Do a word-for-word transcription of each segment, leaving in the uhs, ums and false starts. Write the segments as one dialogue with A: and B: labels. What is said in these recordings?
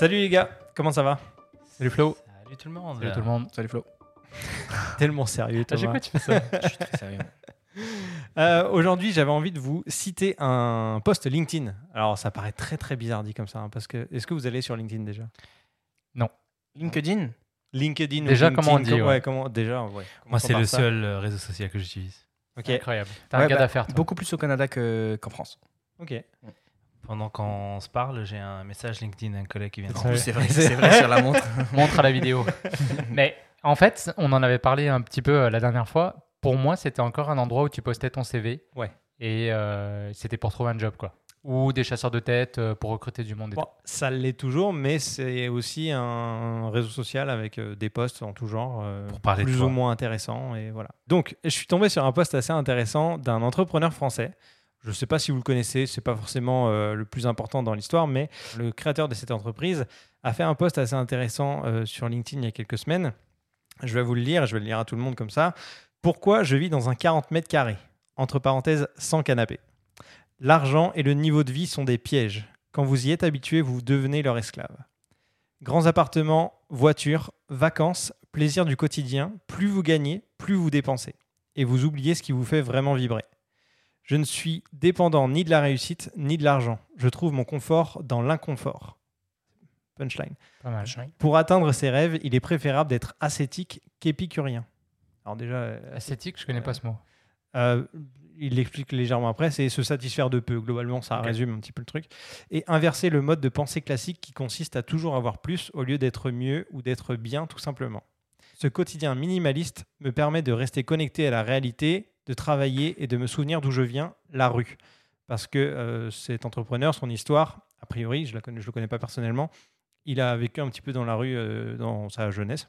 A: Salut les gars, comment ça va?
B: Salut Flo.
C: Salut tout le monde.
B: Salut tout le monde. Salut Flo.
A: Tellement sérieux,
B: À chaque
A: Thomas.
B: fois, tu fais ça.
C: Je suis très sérieux.
A: Euh, aujourd'hui, j'avais envie de vous citer un post LinkedIn. Alors, ça paraît très très bizarre dit comme ça, hein, parce que est-ce que vous allez sur LinkedIn déjà?
C: LinkedIn.
A: LinkedIn. ou
B: Déjà,
A: LinkedIn,
B: comment on dit,
A: com-
B: ouais.
A: comment déjà, ouais.
C: Moi,
A: Commençons
C: c'est
A: par
C: le
A: ça.
C: seul euh, réseau social que j'utilise.
A: Ok.
B: C'est incroyable. T'as
C: Ouais,
B: un gars
C: bah,
B: d'affaires, toi.
C: Beaucoup plus au Canada que- qu'en France.
A: Ok.
D: Pendant qu'on se parle, j'ai un message LinkedIn d'un collègue qui vient de
B: C'est vrai.
C: C'est vrai, c'est vrai sur la montre.
B: Montre à la vidéo. Mais en fait, on en avait parlé un petit peu euh, la dernière fois. Pour moi, c'était encore un endroit où tu postais ton C V.
A: Ouais.
B: Et euh, c'était pour trouver un job, quoi. Ou des chasseurs de tête euh, pour recruter du monde. Et
A: Bon, ça l'est toujours, mais c'est aussi un réseau social avec euh, des posts en tout genre, euh,
D: Pour parler de
A: plus
D: toi.
A: ou moins intéressants, et voilà. Donc, je suis tombé sur un post assez intéressant d'un entrepreneur français. Je ne sais pas si vous le connaissez, c'est pas forcément euh, le plus important dans l'histoire, mais le créateur de cette entreprise a fait un post assez intéressant euh, sur LinkedIn il y a quelques semaines. Je vais vous le lire, je vais le lire à tout le monde comme ça. Pourquoi je vis dans un quarante mètres carrés, entre parenthèses, sans canapé. L'argent et le niveau de vie sont des pièges. Quand vous y êtes habitué, vous devenez leur esclave. Grands appartements, voitures, vacances, plaisir du quotidien, plus vous gagnez, plus vous dépensez. Et vous oubliez ce qui vous fait vraiment vibrer. Je ne suis dépendant ni de la réussite, ni de l'argent. Je trouve mon confort dans l'inconfort. Punchline.
B: Pas mal.
A: Pour atteindre ses rêves, il est préférable d'être ascétique qu'épicurien. Alors déjà, euh,
B: Ascétique, je connais pas ce mot.
A: euh, il l'explique légèrement après, c'est se satisfaire de peu. Globalement, ça
B: Ok.
A: résume un petit peu le truc. Et inverser le mode de pensée classique qui consiste à toujours avoir plus au lieu d'être mieux ou d'être bien tout simplement. Ce quotidien minimaliste me permet de rester connecté à la réalité, de travailler et de me souvenir d'où je viens, la rue. Parce que euh, cet entrepreneur, son histoire, a priori, je ne le connais pas personnellement, il a vécu un petit peu dans la rue euh, dans sa jeunesse.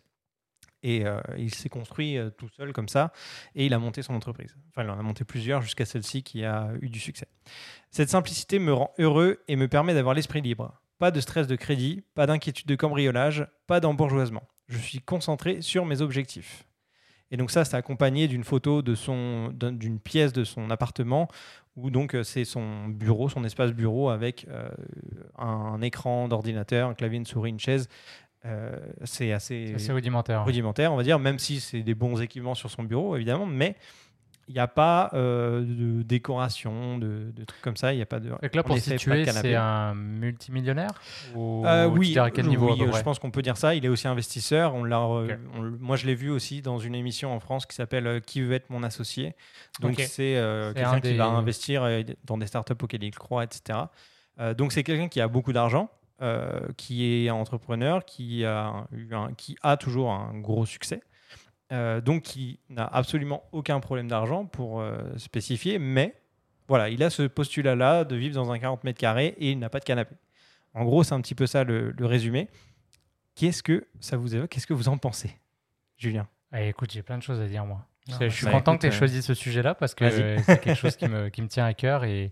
A: Et euh, il s'est construit euh, tout seul comme ça et il a monté son entreprise. Enfin, il en a monté plusieurs jusqu'à celle-ci qui a eu du succès. Cette simplicité me rend heureux et me permet d'avoir l'esprit libre. Pas de stress de crédit, pas d'inquiétude de cambriolage, pas d'embourgeoisement. Je suis concentré sur mes objectifs. Et donc ça, c'est accompagné d'une photo de son, d'un- d'une pièce de son appartement où donc euh, c'est son bureau, son espace bureau avec euh, un, un écran d'ordinateur, un clavier, une souris, une chaise. Euh, c'est assez
B: C'est assez rudimentaire. ouais.
A: rudimentaire, on va dire, même si c'est des bons équipements sur son bureau, évidemment, mais il n'y a pas euh, de décoration, de, de trucs comme ça. Il n'y a pas de.
B: Donc là,
A: en
B: pour
A: effet, pas de
B: situer,
A: canapé.
B: c'est un multimillionnaire ou
A: Euh,
B: tu
A: oui,
B: dirais à quel niveau
A: oui,
B: à peu
A: euh,
B: près
A: je pense qu'on peut dire ça. Il est aussi investisseur. On l'a, euh,
B: Ok.
A: on le- moi, je l'ai vu aussi dans une émission en France qui s'appelle euh, Qui veut être mon associé. Donc,
B: Ok.
A: c'est euh,
B: C'est
A: quelqu'un
B: un
A: qui
B: des-
A: va investir euh, dans des startups auxquelles il croit, et cetera. Euh, donc, c'est quelqu'un qui a beaucoup d'argent, euh, qui est entrepreneur, qui a, eu un- qui a toujours un gros succès. Euh, donc, qui n'a absolument aucun problème d'argent pour euh, spécifier, mais voilà, il a ce postulat-là de vivre dans un quarante mètres carrés et il n'a pas de canapé. En gros, c'est un petit peu ça le, le résumé. Qu'est-ce que ça vous évoque? Qu'est-ce que vous en pensez, Julien?
B: Eh, écoute, j'ai plein de choses à dire, moi.
C: Non,
B: je
C: bah,
B: suis
C: ça,
B: content
C: écoute,
B: que tu aies
C: euh,
B: choisi ce sujet-là parce que
A: Vas-y.
B: euh, c'est quelque chose qui me, qui me tient à cœur. Et,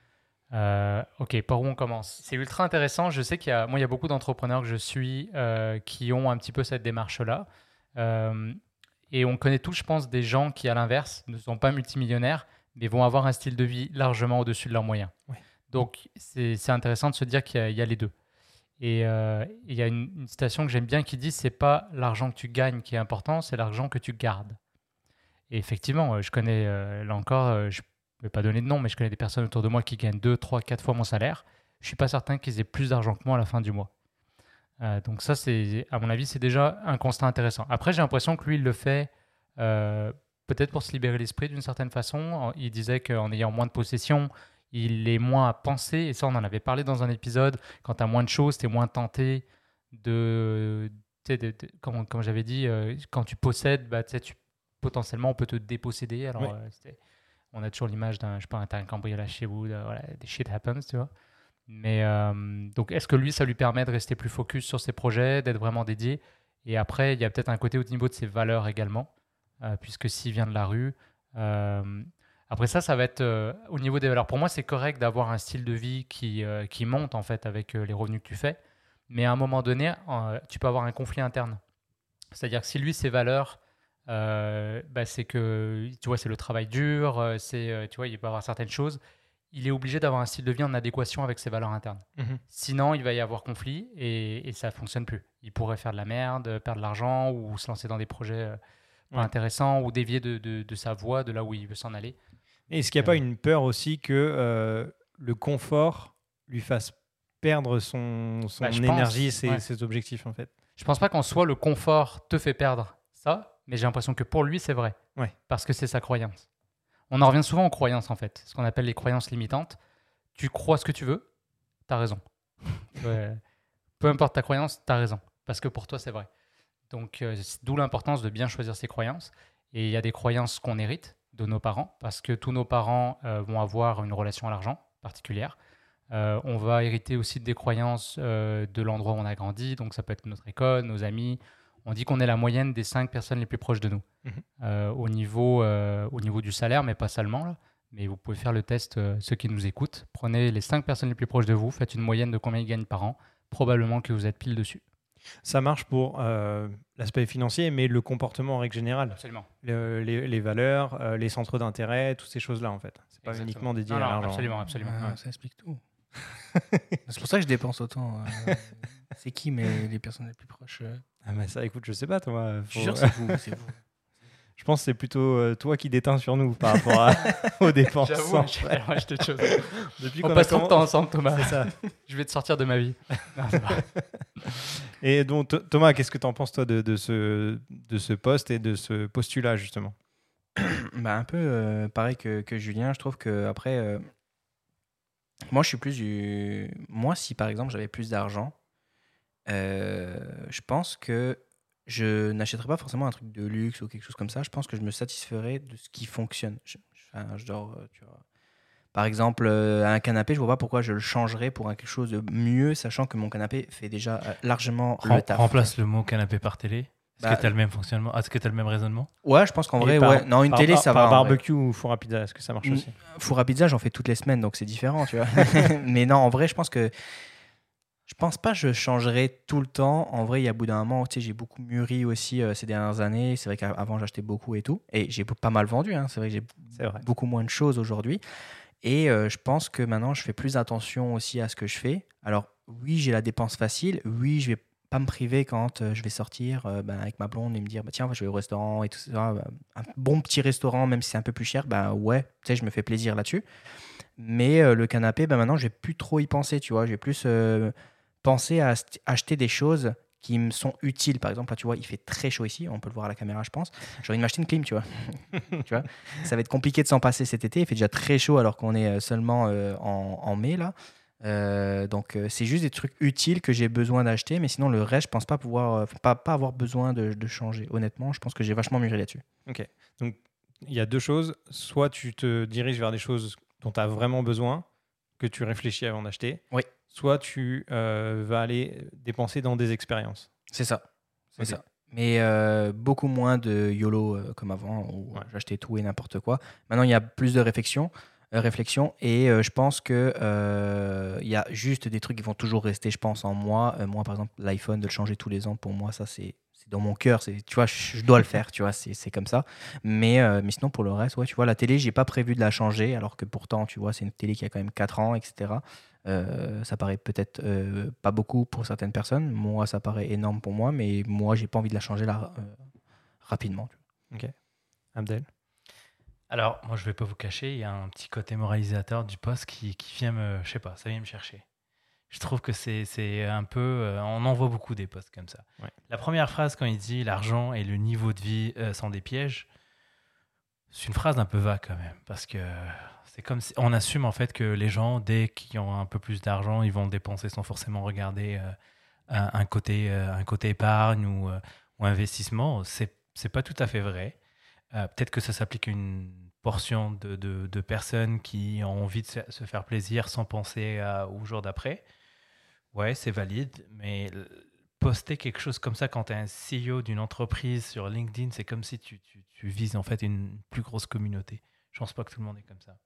B: euh, ok, par où on commence? C'est ultra intéressant. Je sais qu'il y a, moi, il y a beaucoup d'entrepreneurs que je suis euh, qui ont un petit peu cette démarche-là. Euh, et on connaît tous, je pense, des gens qui, à l'inverse, ne sont pas multimillionnaires, mais vont avoir un style de vie largement au-dessus de leurs moyens.
A: Ouais.
B: Donc, c'est c'est intéressant de se dire qu'il y a, il y a les deux. Et euh, il y a une, une citation que j'aime bien qui dit c'est pas l'argent que tu gagnes qui est important, c'est l'argent que tu gardes. Et effectivement, euh, je connais, euh, là encore, euh, je ne vais pas donner de nom, mais je connais des personnes autour de moi qui gagnent deux, trois, quatre fois mon salaire. Je ne suis pas certain qu'ils aient plus d'argent que moi à la fin du mois. Euh, donc ça, c'est, à mon avis, c'est déjà un constat intéressant. Après, j'ai l'impression que lui, il le fait euh, peut-être pour se libérer l'esprit d'une certaine façon. Il disait qu'en ayant moins de possessions, il est moins à penser. Et ça, on en avait parlé dans un épisode. Quand tu as moins de choses, tu es moins tenté de... tu sais, de- de- comme, comme j'avais dit, euh, quand tu possèdes, bah, tu sais, tu, potentiellement, on peut te déposséder. Alors,
A: Ouais.
B: euh, c'était- on a toujours l'image d'un, je sais pas, t'as un cambriolage chez vous, de- voilà, des shit happens, tu vois. Mais euh, donc, est-ce que lui, ça lui permet de rester plus focus sur ses projets, d'être vraiment dédié? Et après, il y a peut-être un côté au niveau de ses valeurs également, euh, puisque s'il vient de la rue. euh, après ça, ça va être euh, au niveau des valeurs. Pour moi, c'est correct d'avoir un style de vie qui, euh, qui monte en fait avec euh, les revenus que tu fais. Mais à un moment donné, euh, tu peux avoir un conflit interne. C'est-à-dire que si lui, ses valeurs, euh, bah, c'est que tu vois, c'est le travail dur, euh, c'est, euh, tu vois, il peut avoir certaines choses. il est obligé d'avoir un style de vie en adéquation avec ses valeurs internes.
A: Mhm.
B: Sinon, il va y avoir conflit et, et ça ne fonctionne plus. Il pourrait faire de la merde, perdre de l'argent ou se lancer dans des projets euh, pas
A: Ouais.
B: intéressants ou dévier de, de, de sa voie, de là où il veut s'en aller.
A: Et est-ce qu'il n'y a
B: Euh,
A: pas une peur aussi que euh, le confort lui fasse perdre son, son
B: Bah, je pense,
A: énergie et ses,
B: ouais.
A: ses objectifs, en fait?
B: Je pense pas qu'en soi, le confort te fait perdre ça, mais j'ai l'impression que pour lui, c'est vrai.
A: Ouais.
B: Parce que c'est sa croyance. On en revient souvent aux croyances, en fait, ce qu'on appelle les croyances limitantes. Tu crois ce que tu veux, t'as raison. Ouais. Peu importe ta croyance, t'as raison. Parce que pour toi, c'est vrai. Donc, euh, c'est d'où l'importance de bien choisir ses croyances. Et il y a des croyances qu'on hérite de nos parents, parce que tous nos parents euh, vont avoir une relation à l'argent particulière. Euh, on va hériter aussi des croyances euh, de l'endroit où on a grandi, donc ça peut être notre école, nos amis. On dit qu'on est la moyenne des cinq personnes les plus proches de nous
A: Mhm.
B: euh, au, niveau, euh, au niveau du salaire, mais pas seulement. Là. Mais vous pouvez faire le test, euh, ceux qui nous écoutent. Prenez les cinq personnes les plus proches de vous, faites une moyenne de combien ils gagnent par an. Probablement que vous êtes pile dessus.
A: Ça marche pour euh, l'aspect financier, mais le comportement en règle générale.
B: Absolument.
A: Le- les, les valeurs, euh, les centres d'intérêt, toutes ces choses-là, en fait. C'est pas
B: Exactement.
A: uniquement dédié
B: Non,
A: à
B: non,
A: l'argent.
B: absolument, absolument.
C: Ah,
B: Ouais.
C: ça explique tout. C'est pour ça que je dépense autant. euh, c'est qui mes, les personnes les plus proches euh
A: Ah, mais ça, écoute, je sais pas, Thomas.
C: Je
A: Faut-
C: suis sûr, c'est vous. C'est vous.
A: Je pense que c'est plutôt euh, toi qui déteins sur nous par rapport à- aux dépenses.
B: J'avoue,
A: en
B: j'ai
A: fait.
B: alors, je te chose.
A: Depuis
B: On
A: qu'on a
B: passe trop de
A: commen-
B: temps ensemble, Thomas.
A: C'est ça.
B: Je vais te sortir de ma vie. Non, c'est vrai.
A: Et donc, Th- Thomas, qu'est-ce que tu en penses, toi, de, de, ce, de ce poste et de ce postulat, justement?
C: Bah, un peu euh, pareil que, que Julien. Je trouve que après, euh, moi, je suis plus du. Moi, si par exemple j'avais plus d'argent, euh, je pense que je n'achèterais pas forcément un truc de luxe ou quelque chose comme ça. Je pense que je me satisferais de ce qui fonctionne. Je, je- enfin, je dors, euh, tu vois. Par exemple, euh, un canapé, je vois pas pourquoi je le changerais pour un quelque chose de mieux, sachant que mon canapé fait déjà euh, largement
D: Rem-
C: le taf.
D: remplace le mot canapé par télé. Est-ce
C: Bah,
D: que tu as le même fonctionnement? Est-ce que tu as le même raisonnement?
C: Ouais, je pense qu'en
A: Et
C: vrai,
A: par-
C: ouais. Non, une
A: par-
C: télé,
A: par-
C: ça
A: par
C: va. en vrai.
A: barbecue ou four à pizza, est-ce que ça marche
C: Mm.
A: aussi?
C: Four à pizza, j'en fais toutes les semaines, donc c'est différent, tu vois. Mais non, en vrai, je pense que je pense pas que je changerais tout le temps. En vrai, il y a bout d'un moment, tu sais, j'ai beaucoup mûri aussi euh, ces dernières années. C'est vrai qu'avant, j'achetais beaucoup et tout. Et j'ai pas mal vendu, hein. C'est vrai que j'ai
A: C'est vrai.
C: beaucoup moins de choses aujourd'hui. Et euh, je pense que maintenant, je fais plus attention aussi à ce que je fais. Alors, oui, j'ai la dépense facile. Oui, je vais pas me priver quand euh, je vais sortir euh, ben, avec ma blonde et me dire, bah, tiens, je vais au restaurant et tout ça. Ben, un bon petit restaurant, même si c'est un peu plus cher, ben ouais, tu sais, je me fais plaisir là-dessus. Mais euh, le canapé, ben, maintenant, je vais plus trop y penser, tu vois. Je vais plus euh, penser à ast- acheter des choses qui me sont utiles. Par exemple, là, tu vois, il fait très chaud ici. On peut le voir à la caméra, je pense. J'ai envie de m'acheter une clim, tu vois. Tu vois, ça va être compliqué de s'en passer cet été. Il fait déjà très chaud alors qu'on est euh, seulement euh, en, en mai, là. Euh, donc, euh, c'est juste des trucs utiles que j'ai besoin d'acheter. Mais sinon, le reste, je pense pas pouvoir, euh, pas, pas avoir besoin de, de changer. Honnêtement, je pense que j'ai vachement mûri là-dessus.
A: Il y a deux choses. Soit tu te diriges vers des choses dont tu as vraiment besoin, que tu réfléchis avant d'acheter.
C: Oui.
A: Soit tu euh, vas aller dépenser dans des expériences.
C: C'est ça. C'est
A: Ok.
C: ça. Mais euh, beaucoup moins de YOLO euh, comme avant, où
A: Ouais.
C: j'achetais tout et n'importe quoi. Maintenant, il y a plus de réflexion, euh, réflexion et euh, je pense que euh, il y a juste des trucs qui vont toujours rester, je pense, en moi. Euh, moi, par exemple, l'iPhone, de le changer tous les ans, pour moi, ça, c'est c'est dans mon cœur. C'est, tu vois, je, je dois le faire, tu vois, c'est c'est comme ça. Mais, euh, mais sinon, pour le reste, ouais, tu vois, la télé, j'ai pas prévu de la changer, alors que pourtant, tu vois, c'est une télé qui a quand même quatre ans, et cetera. Euh, ça paraît peut-être euh, pas beaucoup pour certaines personnes. Moi, ça paraît énorme pour moi, mais moi, j'ai pas envie de la changer là euh, rapidement.
A: Abdel?
D: Alors, moi, je vais pas vous cacher, il y a un petit côté moralisateur du poste qui, qui vient me, je sais pas, ça vient me chercher. Je trouve que c'est, c'est un peu, euh, on en voit beaucoup des postes comme ça.
A: Ouais.
D: La première phrase quand il dit l'argent et le niveau de vie euh, sont des pièges, c'est une phrase un peu vague quand même, parce que c'est comme si on assume en fait que les gens, dès qu'ils ont un peu plus d'argent, ils vont le dépenser sans forcément regarder euh, un, un côté, euh, un côté épargne ou, euh, ou investissement. C'est, c'est pas tout à fait vrai. Euh, peut-être que ça s'applique à une portion de, de, de personnes qui ont envie de se se faire plaisir sans penser à- au jour d'après. Ouais, c'est valide, mais l- poster quelque chose comme ça quand tu es un C E O d'une entreprise sur LinkedIn, c'est comme si tu, tu, tu vises en fait une plus grosse communauté. Je pense pas que tout le monde est comme ça.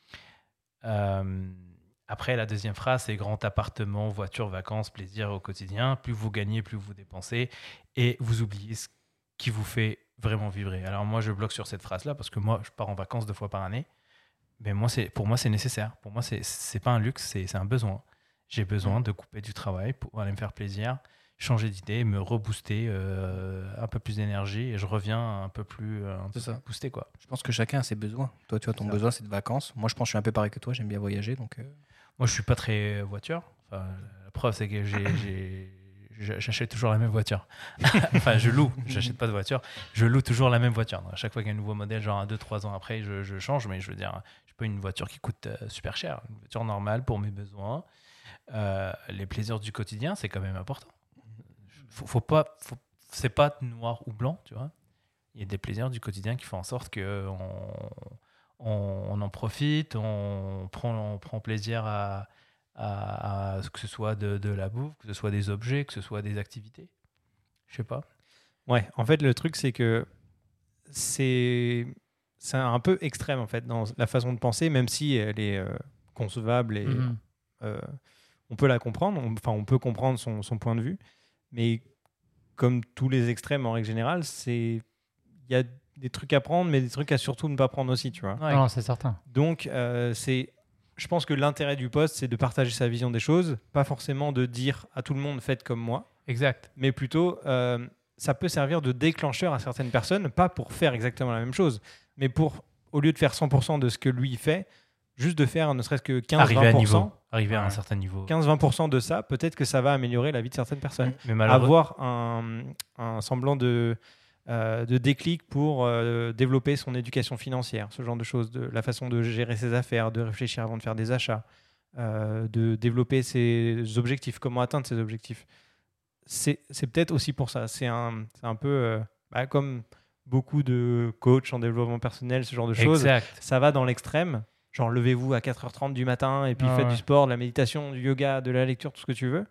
D: Euh, après, la deuxième phrase, c'est grand appartement, voiture, vacances, plaisir au quotidien. Plus vous gagnez, plus vous dépensez. Et vous oubliez ce qui vous fait vraiment vibrer. Alors moi, je bloque sur cette phrase-là parce que moi, je pars en vacances deux fois par année. Mais moi, c'est, pour moi, c'est nécessaire. Pour moi, c'est, c'est pas un luxe, c'est, c'est un besoin. J'ai besoin de couper du travail pour aller me faire plaisir, changer d'idée, me rebooster, euh, un peu plus d'énergie et je reviens un peu plus, euh, un peu
C: C'est ça.
D: plus boosté, quoi.
C: Je pense que chacun a ses besoins. Toi, tu vois, ton
D: C'est ça.
C: besoin, c'est de vacances. Moi, je pense que je suis un peu pareil que toi. J'aime bien voyager. Donc, euh,
D: Moi, je suis pas très voiture. Enfin, la preuve, c'est que j'ai, j'ai- j'achète toujours la même voiture. Enfin, je loue. J'achète pas de voiture. Je loue toujours la même voiture. Donc, à chaque fois qu'il y a un nouveau modèle, genre deux trois ans après, je, je change. Mais je veux dire, je pas une voiture qui coûte euh, super cher. Une voiture normale pour mes besoins. Euh, les plaisirs du quotidien, c'est quand même important. Faut, faut pas, faut, c'est pas noir ou blanc, tu vois. Il y a des plaisirs du quotidien qui font en sorte que on, on, on en profite, on prend, on prend plaisir à, à, à que ce soit de, de la bouffe, que ce soit des objets, que ce soit des activités. Je sais pas.
A: Ouais, en fait, le truc, c'est que c'est c'est un peu extrême, en fait, dans la façon de penser, même si elle est euh, concevable et
B: Mhm.
A: euh, on peut la comprendre, on- enfin, on peut comprendre son, son point de vue, mais comme tous les extrêmes en règle générale, c'est il y a des trucs à prendre, mais des trucs à surtout ne pas prendre aussi, tu vois.
D: Ouais.
B: Non, non, c'est certain.
A: Donc, euh, c'est, je pense que l'intérêt du poste, c'est de partager sa vision des choses, pas forcément de dire à tout le monde faites comme moi,
D: Exact.
A: mais plutôt euh, ça peut servir de déclencheur à certaines personnes, pas pour faire exactement la même chose, mais pour, au lieu de faire cent pour cent de ce que lui fait, juste de faire ne serait-ce que
D: Arriver à
A: quinze-vingt pour
D: niveau.
A: cent.
D: Arriver à un
A: Ouais.
D: certain niveau.
A: quinze-vingt pour cent de ça, peut-être que ça va améliorer la vie de certaines personnes.
D: Mais malheureusement,
A: Avoir un, un semblant de, euh, de déclic pour euh, développer son éducation financière, ce genre de choses, de la façon de gérer ses affaires, de réfléchir avant de faire des achats, euh, de développer ses objectifs, comment atteindre ses objectifs. C'est, c'est peut-être aussi pour ça. C'est un, c'est un peu euh, bah, comme beaucoup de coachs en développement personnel, ce genre de choses.
D: exact.
A: Ça va dans l'extrême. Genre, levez-vous à quatre heures trente du matin et puis
B: Ah
A: faites
B: ouais.
A: du sport, de la méditation, du yoga, de la lecture, tout ce que tu veux.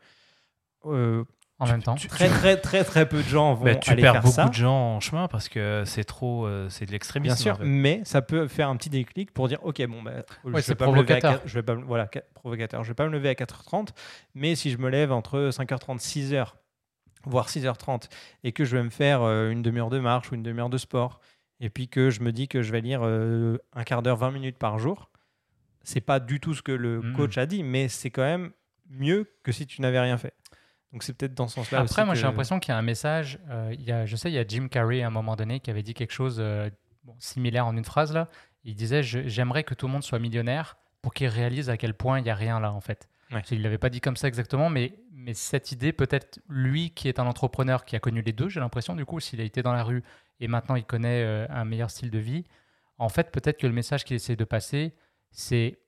A: Euh,
B: En
A: tu-
B: même temps.
A: tu- très, très, très, très peu de gens vont
D: Bah, tu
A: aller
D: perds
A: faire
D: beaucoup
A: ça.
D: de gens en chemin parce que c'est trop, euh, c'est de l'extrémisme.
A: Bien sûr,
D: en fait.
A: mais ça peut faire un petit déclic pour dire ok, bon, bah, je vais
B: c'est
A: pas me lever à
B: provocateur.
A: quatre- je vais pas, me- voilà, qua- provocateur. Je vais pas me lever à quatre heures trente, mais si je me lève entre cinq heures trente, six heures, voire six heures trente, et que je vais me faire euh, une demi-heure de marche ou une demi-heure de sport, et puis que je me dis que je vais lire euh, un quart d'heure, vingt minutes par jour, c'est pas du tout ce que le
B: Mhm.
A: coach a dit, mais c'est quand même mieux que si tu n'avais rien fait. Donc c'est peut-être dans ce sens-là aussi
B: Après, moi,
A: que-
B: j'ai l'impression qu'il y a un message. euh, il y a, je sais, il y a Jim Carrey à un moment donné qui avait dit quelque chose euh, bon, similaire en une phrase là. Il disait je- j'aimerais que tout le monde soit millionnaire pour qu'il réalise à quel point il n'y a rien là en fait.
A: Ouais.
B: Il l'avait pas dit comme ça exactement, mais, mais cette idée, peut-être lui qui est un entrepreneur qui a connu les deux, j'ai l'impression du coup, s'il a été dans la rue et maintenant il connaît euh, un meilleur style de vie, en fait, peut-être que le message qu'il essaie de passer, c'est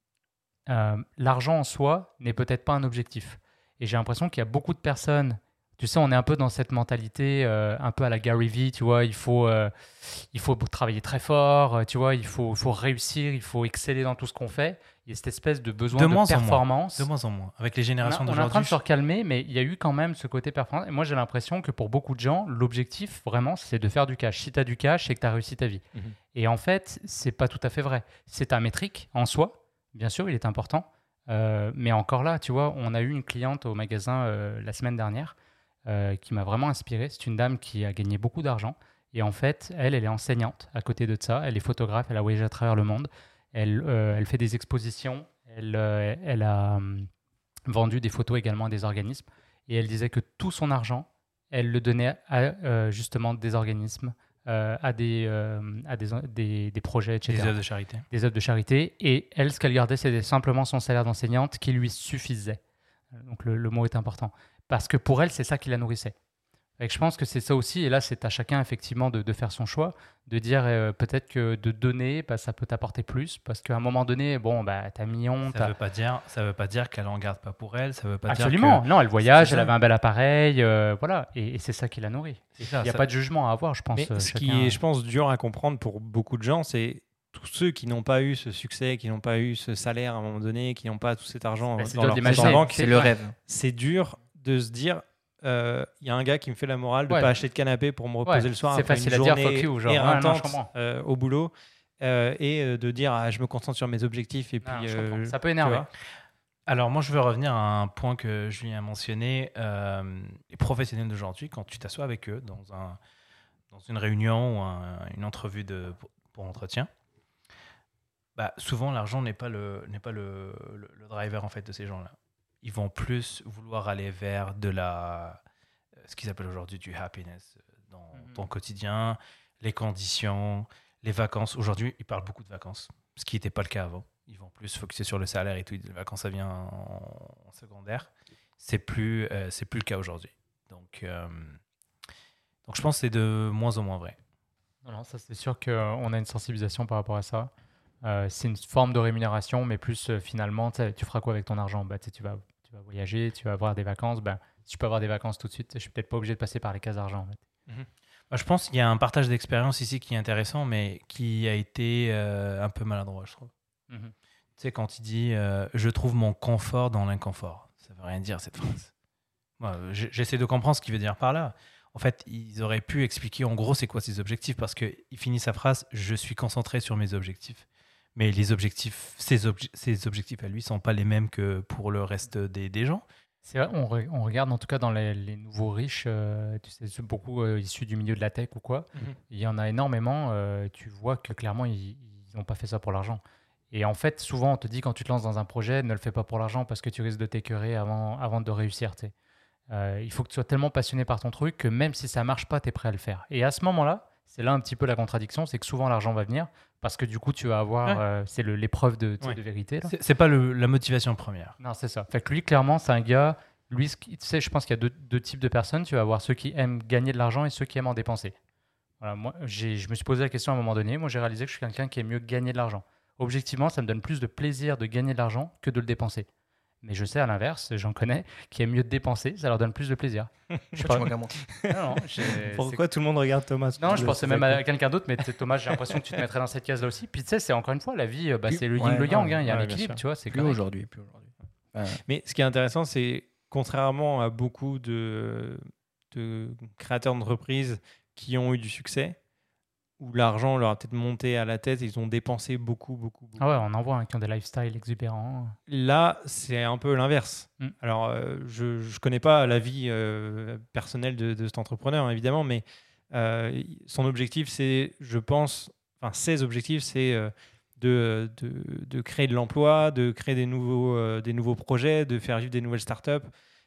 B: euh, l'argent en soi n'est peut-être pas un objectif. Et j'ai l'impression qu'il y a beaucoup de personnes, tu sais, on est un peu dans cette mentalité, euh, un peu à la Gary Vee, tu vois, il faut, euh, il faut travailler très fort, euh, tu vois, il faut, il faut réussir, il faut exceller dans tout ce qu'on fait. Il y a cette espèce de besoin
D: De
B: de,
D: moins en moins.
B: performance.
D: De moins en moins. Avec les
B: On, a-
D: générations
B: on est en train
D: d'aujourd'hui.
B: de se recalmer, mais il y a eu quand même ce côté performance. Et moi, j'ai l'impression que pour beaucoup de gens, l'objectif, vraiment, c'est de faire du cash. Si tu as du cash, c'est que tu as réussi ta vie.
A: Mhm.
B: Et en fait, c'est pas tout à fait vrai. C'est ta métrique en soi, bien sûr, il est important. Euh, mais encore là, tu vois, on a eu une cliente au magasin euh, la semaine dernière euh, qui m'a vraiment inspiré. C'est une dame qui a gagné beaucoup d'argent. Et en fait, elle, elle est enseignante à côté de ça. Elle est photographe, elle a voyagé à travers le monde. Elle, euh, elle fait des expositions. Elle, euh, elle a hum, vendu des photos également à des organismes. Et elle disait que tout son argent, elle le donnait à euh, justement des organismes, euh, à, des, euh, à des, des, des projets, et cetera
D: Des œuvres de charité.
B: des œuvres de charité. Et elle, ce qu'elle gardait, c'était simplement son salaire d'enseignante qui lui suffisait. Donc le, le mot est important. Parce que pour elle, c'est ça qui la nourrissait. Et je pense que c'est ça aussi, et là, c'est à chacun effectivement de, de faire son choix, de dire euh, peut-être que de donner, bah, ça peut t'apporter plus, parce qu'à un moment donné, bon, bah, t'as un million,
D: Ça
B: t'as...
D: veut pas dire, ça veut pas dire qu'elle en garde pas pour elle. Ça veut pas
B: Absolument,
D: dire
B: non, elle voyage,
D: C'est
B: elle
D: ça.
B: avait un bel appareil, euh, voilà, et, et c'est ça qui la nourrit.
D: que c'est ça.
B: Il n'y a
D: ça-
B: pas de jugement à avoir, je pense.
A: Mais
B: euh,
A: ce
B: chacun-
A: qui est, je pense, dur à comprendre pour beaucoup de gens, c'est tous ceux qui n'ont pas eu ce succès, qui n'ont pas eu ce salaire à un moment donné, qui n'ont pas tout cet argent
B: Bah, c'est
A: dans
B: dur
A: leur compte
B: d'imaginer.
A: en banque.
C: C'est le
B: ouais.
C: rêve.
A: C'est dur de se dire, euh, il y a un gars qui me fait la morale de ne
B: Ouais.
A: pas acheter de canapé pour me reposer
B: Ouais,
A: le soir
B: c'est
A: après
B: facile
A: une
B: à dire,
A: journée
B: fuck you, genre, ouais, non, je
A: éreintante
B: comprends.
A: euh, au boulot, euh, et euh, de dire, ah, je me concentre sur mes objectifs et puis.
B: Non, je
A: euh,
B: comprends. Ça peut
A: tu
B: énerver.
A: vois.
D: Alors moi, je veux revenir à un point que Julien a mentionné. Euh, les professionnels d'aujourd'hui, quand tu t'assois avec eux dans, un, dans une réunion ou un- une entrevue de, pour, pour entretien, bah, souvent, l'argent n'est pas, le, n'est pas le, le, le driver en fait, de ces gens-là. Ils vont plus vouloir aller vers de la, ce qu'ils appellent aujourd'hui du happiness dans mm-hmm. ton quotidien, les conditions, les vacances. Aujourd'hui, ils parlent beaucoup de vacances, ce qui n'était pas le cas avant. Ils vont plus focuser sur le salaire et tout. Les vacances, ça vient en, en secondaire. C'est plus, euh, c'est plus le cas aujourd'hui. Donc, euh, donc, je pense que c'est de moins en moins vrai.
B: Non, non, ça c'est sûr qu'on a une sensibilisation par rapport à ça. Euh, c'est une forme de rémunération, mais plus euh, finalement, tu feras quoi avec ton argent? Bah, tu vas, tu vas voyager, tu vas avoir des vacances. Bah, si tu peux avoir des vacances tout de suite, je suis peut-être pas obligé de passer par les cases d'argent. En fait.
D: Mm-hmm. Bah, je pense qu'il y a un partage d'expérience ici qui est intéressant, mais qui a été euh, un peu maladroit, je trouve. Mm-hmm. Tu sais, quand il dit euh, « je trouve mon confort dans l'inconfort », ça veut rien dire, cette phrase. Moi, j'essaie de comprendre ce qu'il veut dire par là. En fait, ils auraient pu expliquer en gros c'est quoi ses objectifs, parce qu'il finit sa phrase « je suis concentré sur mes objectifs ». Mais les objectifs, ses, obje- ses objectifs à lui ne sont pas les mêmes que pour le reste des, des gens.
B: C'est vrai, on, re- on regarde en tout cas dans les, les nouveaux riches, euh, tu sais, c'est beaucoup euh, issus du milieu de la tech ou quoi. Mm-hmm. Il y en a énormément. Euh, tu vois que clairement, ils n'ont pas fait ça pour l'argent. Et en fait, souvent, on te dit quand tu te lances dans un projet, ne le fais pas pour l'argent parce que tu risques de t'écœurer avant, avant de réussir. Tu sais. Euh, il faut que tu sois tellement passionné par ton truc que même si ça ne marche pas, tu es prêt à le faire. Et à ce moment-là, c'est là un petit peu la contradiction, c'est que souvent l'argent va venir parce que du coup, tu vas avoir, ouais. euh, c'est le, l'épreuve de, ouais. de vérité. Là.
D: C'est, c'est pas le, la motivation première.
B: Non, c'est ça. Fait que lui, clairement, c'est un gars, lui, tu sais, je pense qu'il y a deux, deux types de personnes. Tu vas avoir ceux qui aiment gagner de l'argent et ceux qui aiment en dépenser. Voilà, moi, j'ai, je me suis posé la question à un moment donné. Moi, j'ai réalisé que je suis quelqu'un qui aime mieux gagner de l'argent. Objectivement, ça me donne plus de plaisir de gagner de l'argent que de le dépenser. Mais je sais, à l'inverse, j'en connais qui aiment mieux de dépenser, ça leur donne plus de plaisir.
C: Je pas... non,
B: non,
A: Pourquoi tout le monde regarde Thomas?
B: Non, je pensais même à quelqu'un d'autre, mais Thomas, j'ai l'impression que tu te mettrais dans cette case-là aussi. Puis tu sais, c'est encore une fois, la vie, bah, c'est le yin, ouais, le yang, hein, il y a ouais, un équilibre, tu vois. C'est
C: plus aujourd'hui, plus aujourd'hui.
A: Ouais. Mais ce qui est intéressant, c'est contrairement à beaucoup de, de créateurs d'entreprises qui ont eu du succès, où l'argent leur a peut-être monté à la tête, ils ont dépensé beaucoup, beaucoup, beaucoup.
B: Ah ouais, on en voit hein, qui ont des lifestyles exubérants.
A: Là, c'est un peu l'inverse. Mm. Alors, euh, je ne connais pas la vie euh, personnelle de, de cet entrepreneur, évidemment, mais euh, son objectif, c'est, je pense, enfin, ses objectifs, c'est euh, de, de, de créer de l'emploi, de créer des nouveaux, euh, des nouveaux projets, de faire vivre des nouvelles startups,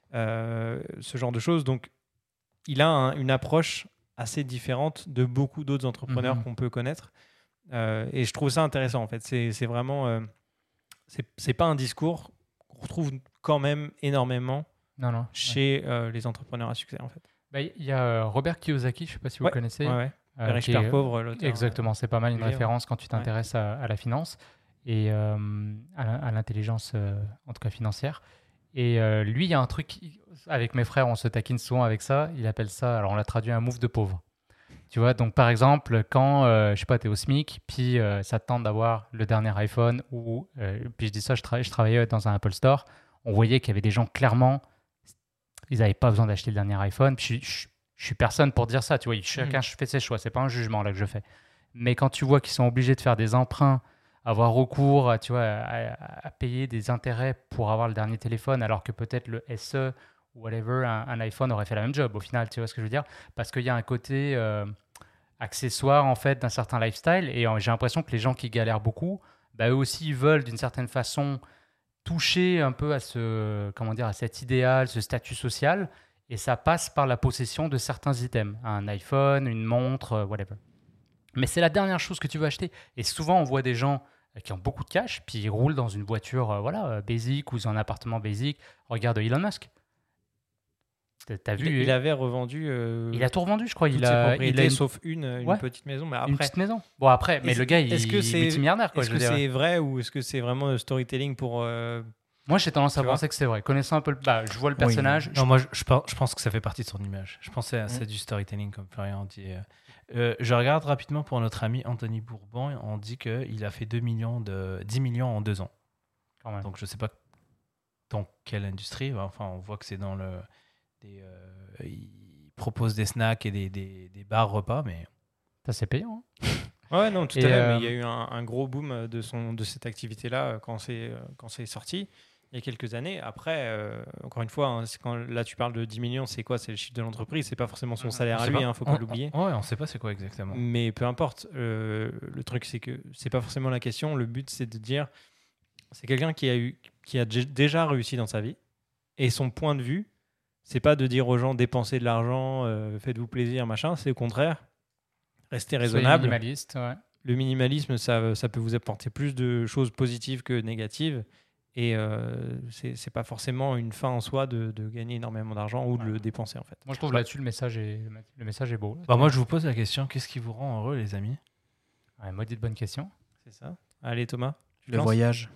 A: euh, ce genre de choses. Donc, il a un, une approche assez différente de beaucoup d'autres entrepreneurs mmh. qu'on peut connaître. Euh, et je trouve ça intéressant, en fait. C'est, c'est vraiment... Euh, c'est, c'est pas un discours qu'on retrouve quand même énormément
B: non, non,
A: chez ouais. euh, les entrepreneurs à succès, en fait.
B: Bah, y a Robert Kiyosaki, je ne sais pas si vous
A: ouais,
B: le connaissez.
A: Ouais, ouais. Euh, Riche Père Pauvre, l'auteur.
B: Exactement, c'est pas mal une référence quand tu t'intéresses ouais. à, à la finance et euh, à, à l'intelligence, euh, en tout cas financière. Et euh, lui, il y a un truc, avec mes frères, on se taquine souvent avec ça, il appelle ça, alors on l'a traduit un move de pauvre. Tu vois, donc par exemple, quand, euh, je sais pas, tu es au SMIC, puis euh, ça te tente d'avoir le dernier iPhone, ou, euh, puis je dis ça, je, tra- je travaillais dans un Apple Store, on voyait qu'il y avait des gens, clairement, ils n'avaient pas besoin d'acheter le dernier iPhone, puis je, je, je suis personne pour dire ça, tu vois, chacun mmh. fait ses choix, c'est pas un jugement là que je fais. Mais quand tu vois qu'ils sont obligés de faire des emprunts, avoir recours à, tu vois, à, à payer des intérêts pour avoir le dernier téléphone, alors que peut-être le S E ou whatever, un, un iPhone aurait fait la même job au final, tu vois ce que je veux dire? Parce qu'il y a un côté euh, accessoire en fait d'un certain lifestyle, et euh, j'ai l'impression que les gens qui galèrent beaucoup, bah, eux aussi ils veulent d'une certaine façon toucher un peu à ce, comment dire, à cet idéal, ce statut social, et ça passe par la possession de certains items, un iPhone, une montre, whatever. Mais c'est la dernière chose que tu veux acheter. Et souvent, on voit des gens qui ont beaucoup de cash, puis ils roulent dans une voiture euh, voilà, euh, basique ou dans un appartement basique. Regarde Elon Musk. T'as, t'as vu,
A: il, il avait revendu. Euh,
B: il a tout revendu, je crois.
A: Toutes
B: il
A: ses
B: a,
A: propriétés,
B: il a une...
A: sauf une, une
B: ouais.
A: petite maison. Mais après,
B: une petite maison. Bon, après, mais
A: est-ce,
B: le gars, il
A: est-ce que c'est,
B: est multimilliardaire. Quoi,
A: est-ce
B: je
A: que
B: veux
A: c'est
B: dire.
A: vrai ou est-ce que c'est vraiment le storytelling pour. Euh...
B: Moi, j'ai tendance à
A: tu
B: penser
A: vois
B: que c'est vrai. Connaissant un peu le. Bah, je vois le personnage.
D: Oui. Non, je... moi, je, je, pense, je pense que ça fait partie de son image. Je pensais à mmh. c'est du storytelling, comme Florian dit. Euh, je regarde rapidement pour notre ami Anthony Bourbon. On dit qu'il a fait deux millions de, dix millions en deux ans.
B: Quand même.
D: Donc, je ne sais pas dans quelle industrie. Enfin, on voit que c'est dans le. Des, euh, il propose des snacks et des, des, des bars repas, mais.
B: Ça, c'est payant. Hein.
A: Ouais, non, tout et à fait. Euh... Mais il y a eu un, un gros boom de, son, de cette activité-là quand c'est, quand c'est sorti. il y a quelques années. Après, euh, encore une fois, hein, c'est quand, là tu parles de dix millions, c'est quoi? C'est le chiffre de l'entreprise, c'est pas forcément son salaire
D: On
A: à
D: sait
A: lui,
D: pas.
A: hein, faut
D: On-
A: pas l'oublier.
D: on- Ouais, on sait pas c'est quoi exactement.
A: Mais peu importe, euh, le truc c'est que c'est pas forcément la question. Le but c'est de dire, c'est quelqu'un qui a eu, qui a dé- déjà réussi dans sa vie, et son point de vue, c'est pas de dire aux gens dépensez de l'argent, euh, faites-vous plaisir, machin. C'est au contraire, restez
B: Soyez
A: raisonnable.
B: minimaliste, ouais.
A: Le minimalisme, ça, ça peut vous apporter plus de choses positives que négatives. Et euh, c'est c'est pas forcément une fin en soi de, de gagner énormément d'argent ou de le dépenser en fait.
B: Moi, je trouve là-dessus, le message est, le message est beau.
D: Bah, moi, je vous pose la question, qu'est-ce qui vous rend heureux, les amis?
B: Ouais, maudite bonne question.
A: C'est ça. Allez Thomas, tu
C: Le
A: lances
C: voyage.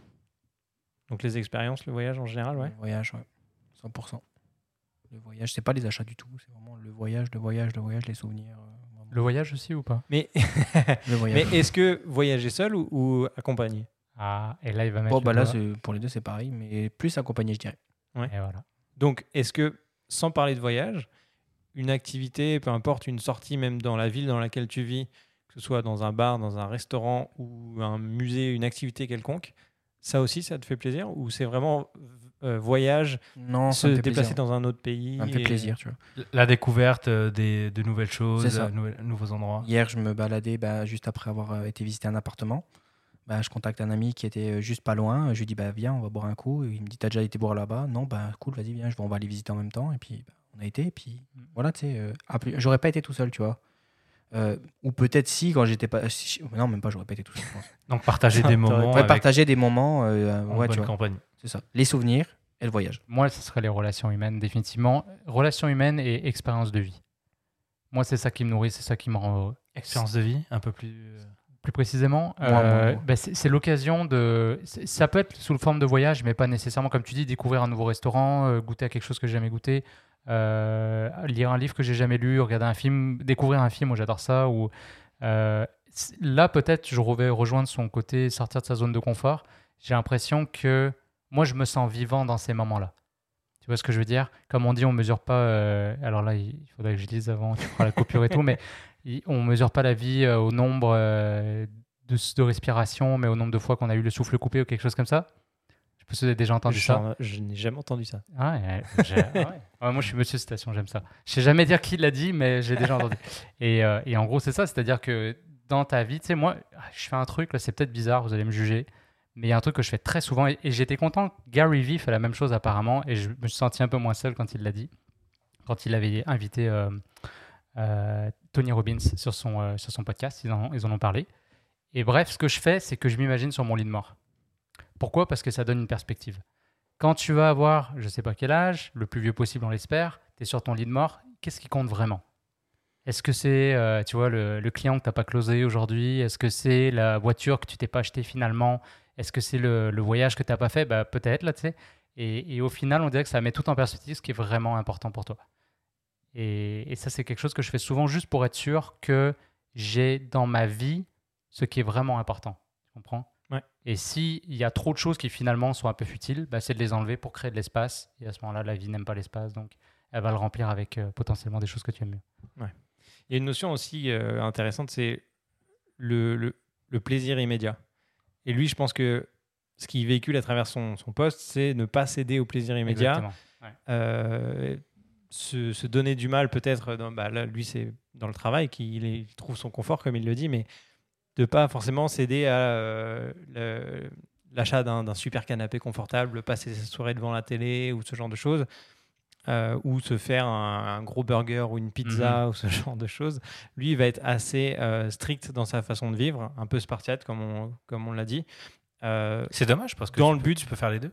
A: Donc les expériences, le voyage en général, ouais.
C: Le voyage, ouais. cent pour cent. Le voyage, c'est pas les achats du tout. C'est vraiment le voyage, le voyage, le voyage, les souvenirs. euh, vraiment.
B: Le voyage aussi ou pas?
A: Mais,
C: Le voyage.
A: mais est-ce que voyager seul ou, ou accompagné?
B: Ah, et là, il va mettre
C: Bon,
B: le
C: bah là,
B: doigt.
C: c'est- pour les deux, c'est pareil, mais plus accompagné, je dirais.
B: Et voilà.
A: Donc est-ce que, sans parler de voyage, une activité, peu importe, une sortie même dans la ville dans laquelle tu vis, que ce soit dans un bar, dans un restaurant ou un musée, une activité quelconque, ça aussi, ça te fait plaisir? Ou c'est vraiment euh, voyage,
C: Non,
A: se
C: ça me fait
A: déplacer
C: plaisir.
A: dans un autre pays
C: Ça me fait
A: et-
C: plaisir, tu vois.
D: La découverte euh, des, de nouvelles choses,
C: C'est ça.
D: euh, nouvel- nouveaux endroits.
C: Hier, je me baladais bah, juste après avoir euh, été visiter un appartement. Bah, je contacte un ami qui était euh, juste pas loin. Je lui dis bah, viens, on va boire un coup. Et il me dit t'as déjà été boire là-bas? Non, bah cool, vas-y, viens, je vais, on va aller visiter en même temps. Et puis bah, on a été. Et puis
B: Mm.
C: voilà, tu sais, euh, ah, plus- j'aurais pas été tout seul, tu vois. Euh, ou peut-être si, quand j'étais pas. si- non, même pas, j'aurais pas été tout seul, je pense.
D: Donc, partager
A: Ça,
D: des
A: t'aurais
D: moments
C: Ouais,
D: avec,
C: partager des moments, euh,
D: en
C: ouais,
D: bonne
C: tu vois,
D: compagnie.
C: c'est ça. Les souvenirs et le voyage.
B: Moi, ce serait les relations humaines, définitivement. Relations humaines et expérience de vie. Moi, c'est ça qui me nourrit, c'est ça qui me rend heureux.
D: Expérience de vie, un peu plus... euh,
B: Plus précisément,
C: Moi, moi,
B: euh,
C: moi.
B: bah, c'est c'est l'occasion de. c'est- Ça peut être sous forme de voyage, mais pas nécessairement, comme tu dis, découvrir un nouveau restaurant, euh, goûter à quelque chose que j'ai jamais goûté, euh, lire un livre que j'ai jamais lu, regarder un film, découvrir un film, moi j'adore ça. Ou, euh, c- là, peut-être, je vais rejoindre son côté sortir de sa zone de confort. J'ai l'impression que moi, je me sens vivant dans ces moments-là. Tu vois ce que je veux dire? Comme on dit, on mesure pas. euh, alors là, il faudrait que je lise avant, tu feras la coupure et tout, mais il- on mesure pas la vie euh, au nombre euh, de, de respiration, mais au nombre de fois qu'on a eu le souffle coupé ou quelque chose comme ça. Je pense que vous avez déjà entendu
A: Je,
B: ça.
A: je n'ai jamais entendu ça.
B: Ah ouais, j'ai- ah ouais. Ouais, moi, je suis monsieur citation, j'aime ça. Je sais jamais dire qui l'a dit, mais j'ai déjà entendu. Et, euh, et en gros, c'est ça, c'est-à-dire que dans ta vie, tu sais, moi, je fais un truc, là, c'est peut-être bizarre, vous allez me juger, mais il y a un truc que je fais très souvent, et, et j'étais content. Gary Vee fait la même chose apparemment, et je me suis senti un peu moins seul quand il l'a dit, quand il avait invité euh, euh, Tony Robbins sur son, euh, sur son podcast, ils en, ils en ont parlé. Et bref, ce que je fais, c'est que je m'imagine sur mon lit de mort. Pourquoi? Parce que ça donne une perspective. Quand tu vas avoir, je ne sais pas quel âge, le plus vieux possible, on l'espère, tu es sur ton lit de mort, qu'est-ce qui compte vraiment? Est-ce que c'est, euh, tu vois, le, le client que tu n'as pas closé aujourd'hui? Est-ce que c'est la voiture que tu t'es pas achetée finalement? Est-ce que c'est le, le voyage que tu n'as pas fait? Bah, peut-être, là, tu sais. Et, et au final, on dirait que ça met tout en perspective, ce qui est vraiment important pour toi. Et, et ça, c'est quelque chose que je fais souvent juste pour être sûr que j'ai dans ma vie ce qui est vraiment important. Tu comprends?
A: Ouais.
B: Et s'il y a trop de choses qui finalement sont un peu futiles, bah, c'est de les enlever pour créer de l'espace. Et à ce moment-là, la vie n'aime pas l'espace, donc elle va le remplir avec euh, potentiellement des choses que tu aimes mieux.
A: Il y a une notion aussi euh, intéressante, c'est le, le, le plaisir immédiat. Et lui, je pense que ce qu'il véhicule à travers son, son poste, c'est ne pas céder au plaisir immédiat.
B: Exactement. Ouais.
A: Euh, se, se donner du mal peut-être, dans- bah là, lui c'est dans le travail qu'il est- il trouve son confort comme il le dit, mais de pas forcément céder à euh, le- l'achat d'un d'un super canapé confortable, passer sa soirée devant la télé ou ce genre de choses, euh, ou se faire un, un gros burger ou une pizza ou ce genre de choses. Lui il va être assez euh, strict dans sa façon de vivre, un peu spartiate comme on, comme on l'a dit. Euh,
D: C'est dommage parce que
A: Dans
D: tu
A: le
D: peux-
A: but-
D: tu peux faire les deux.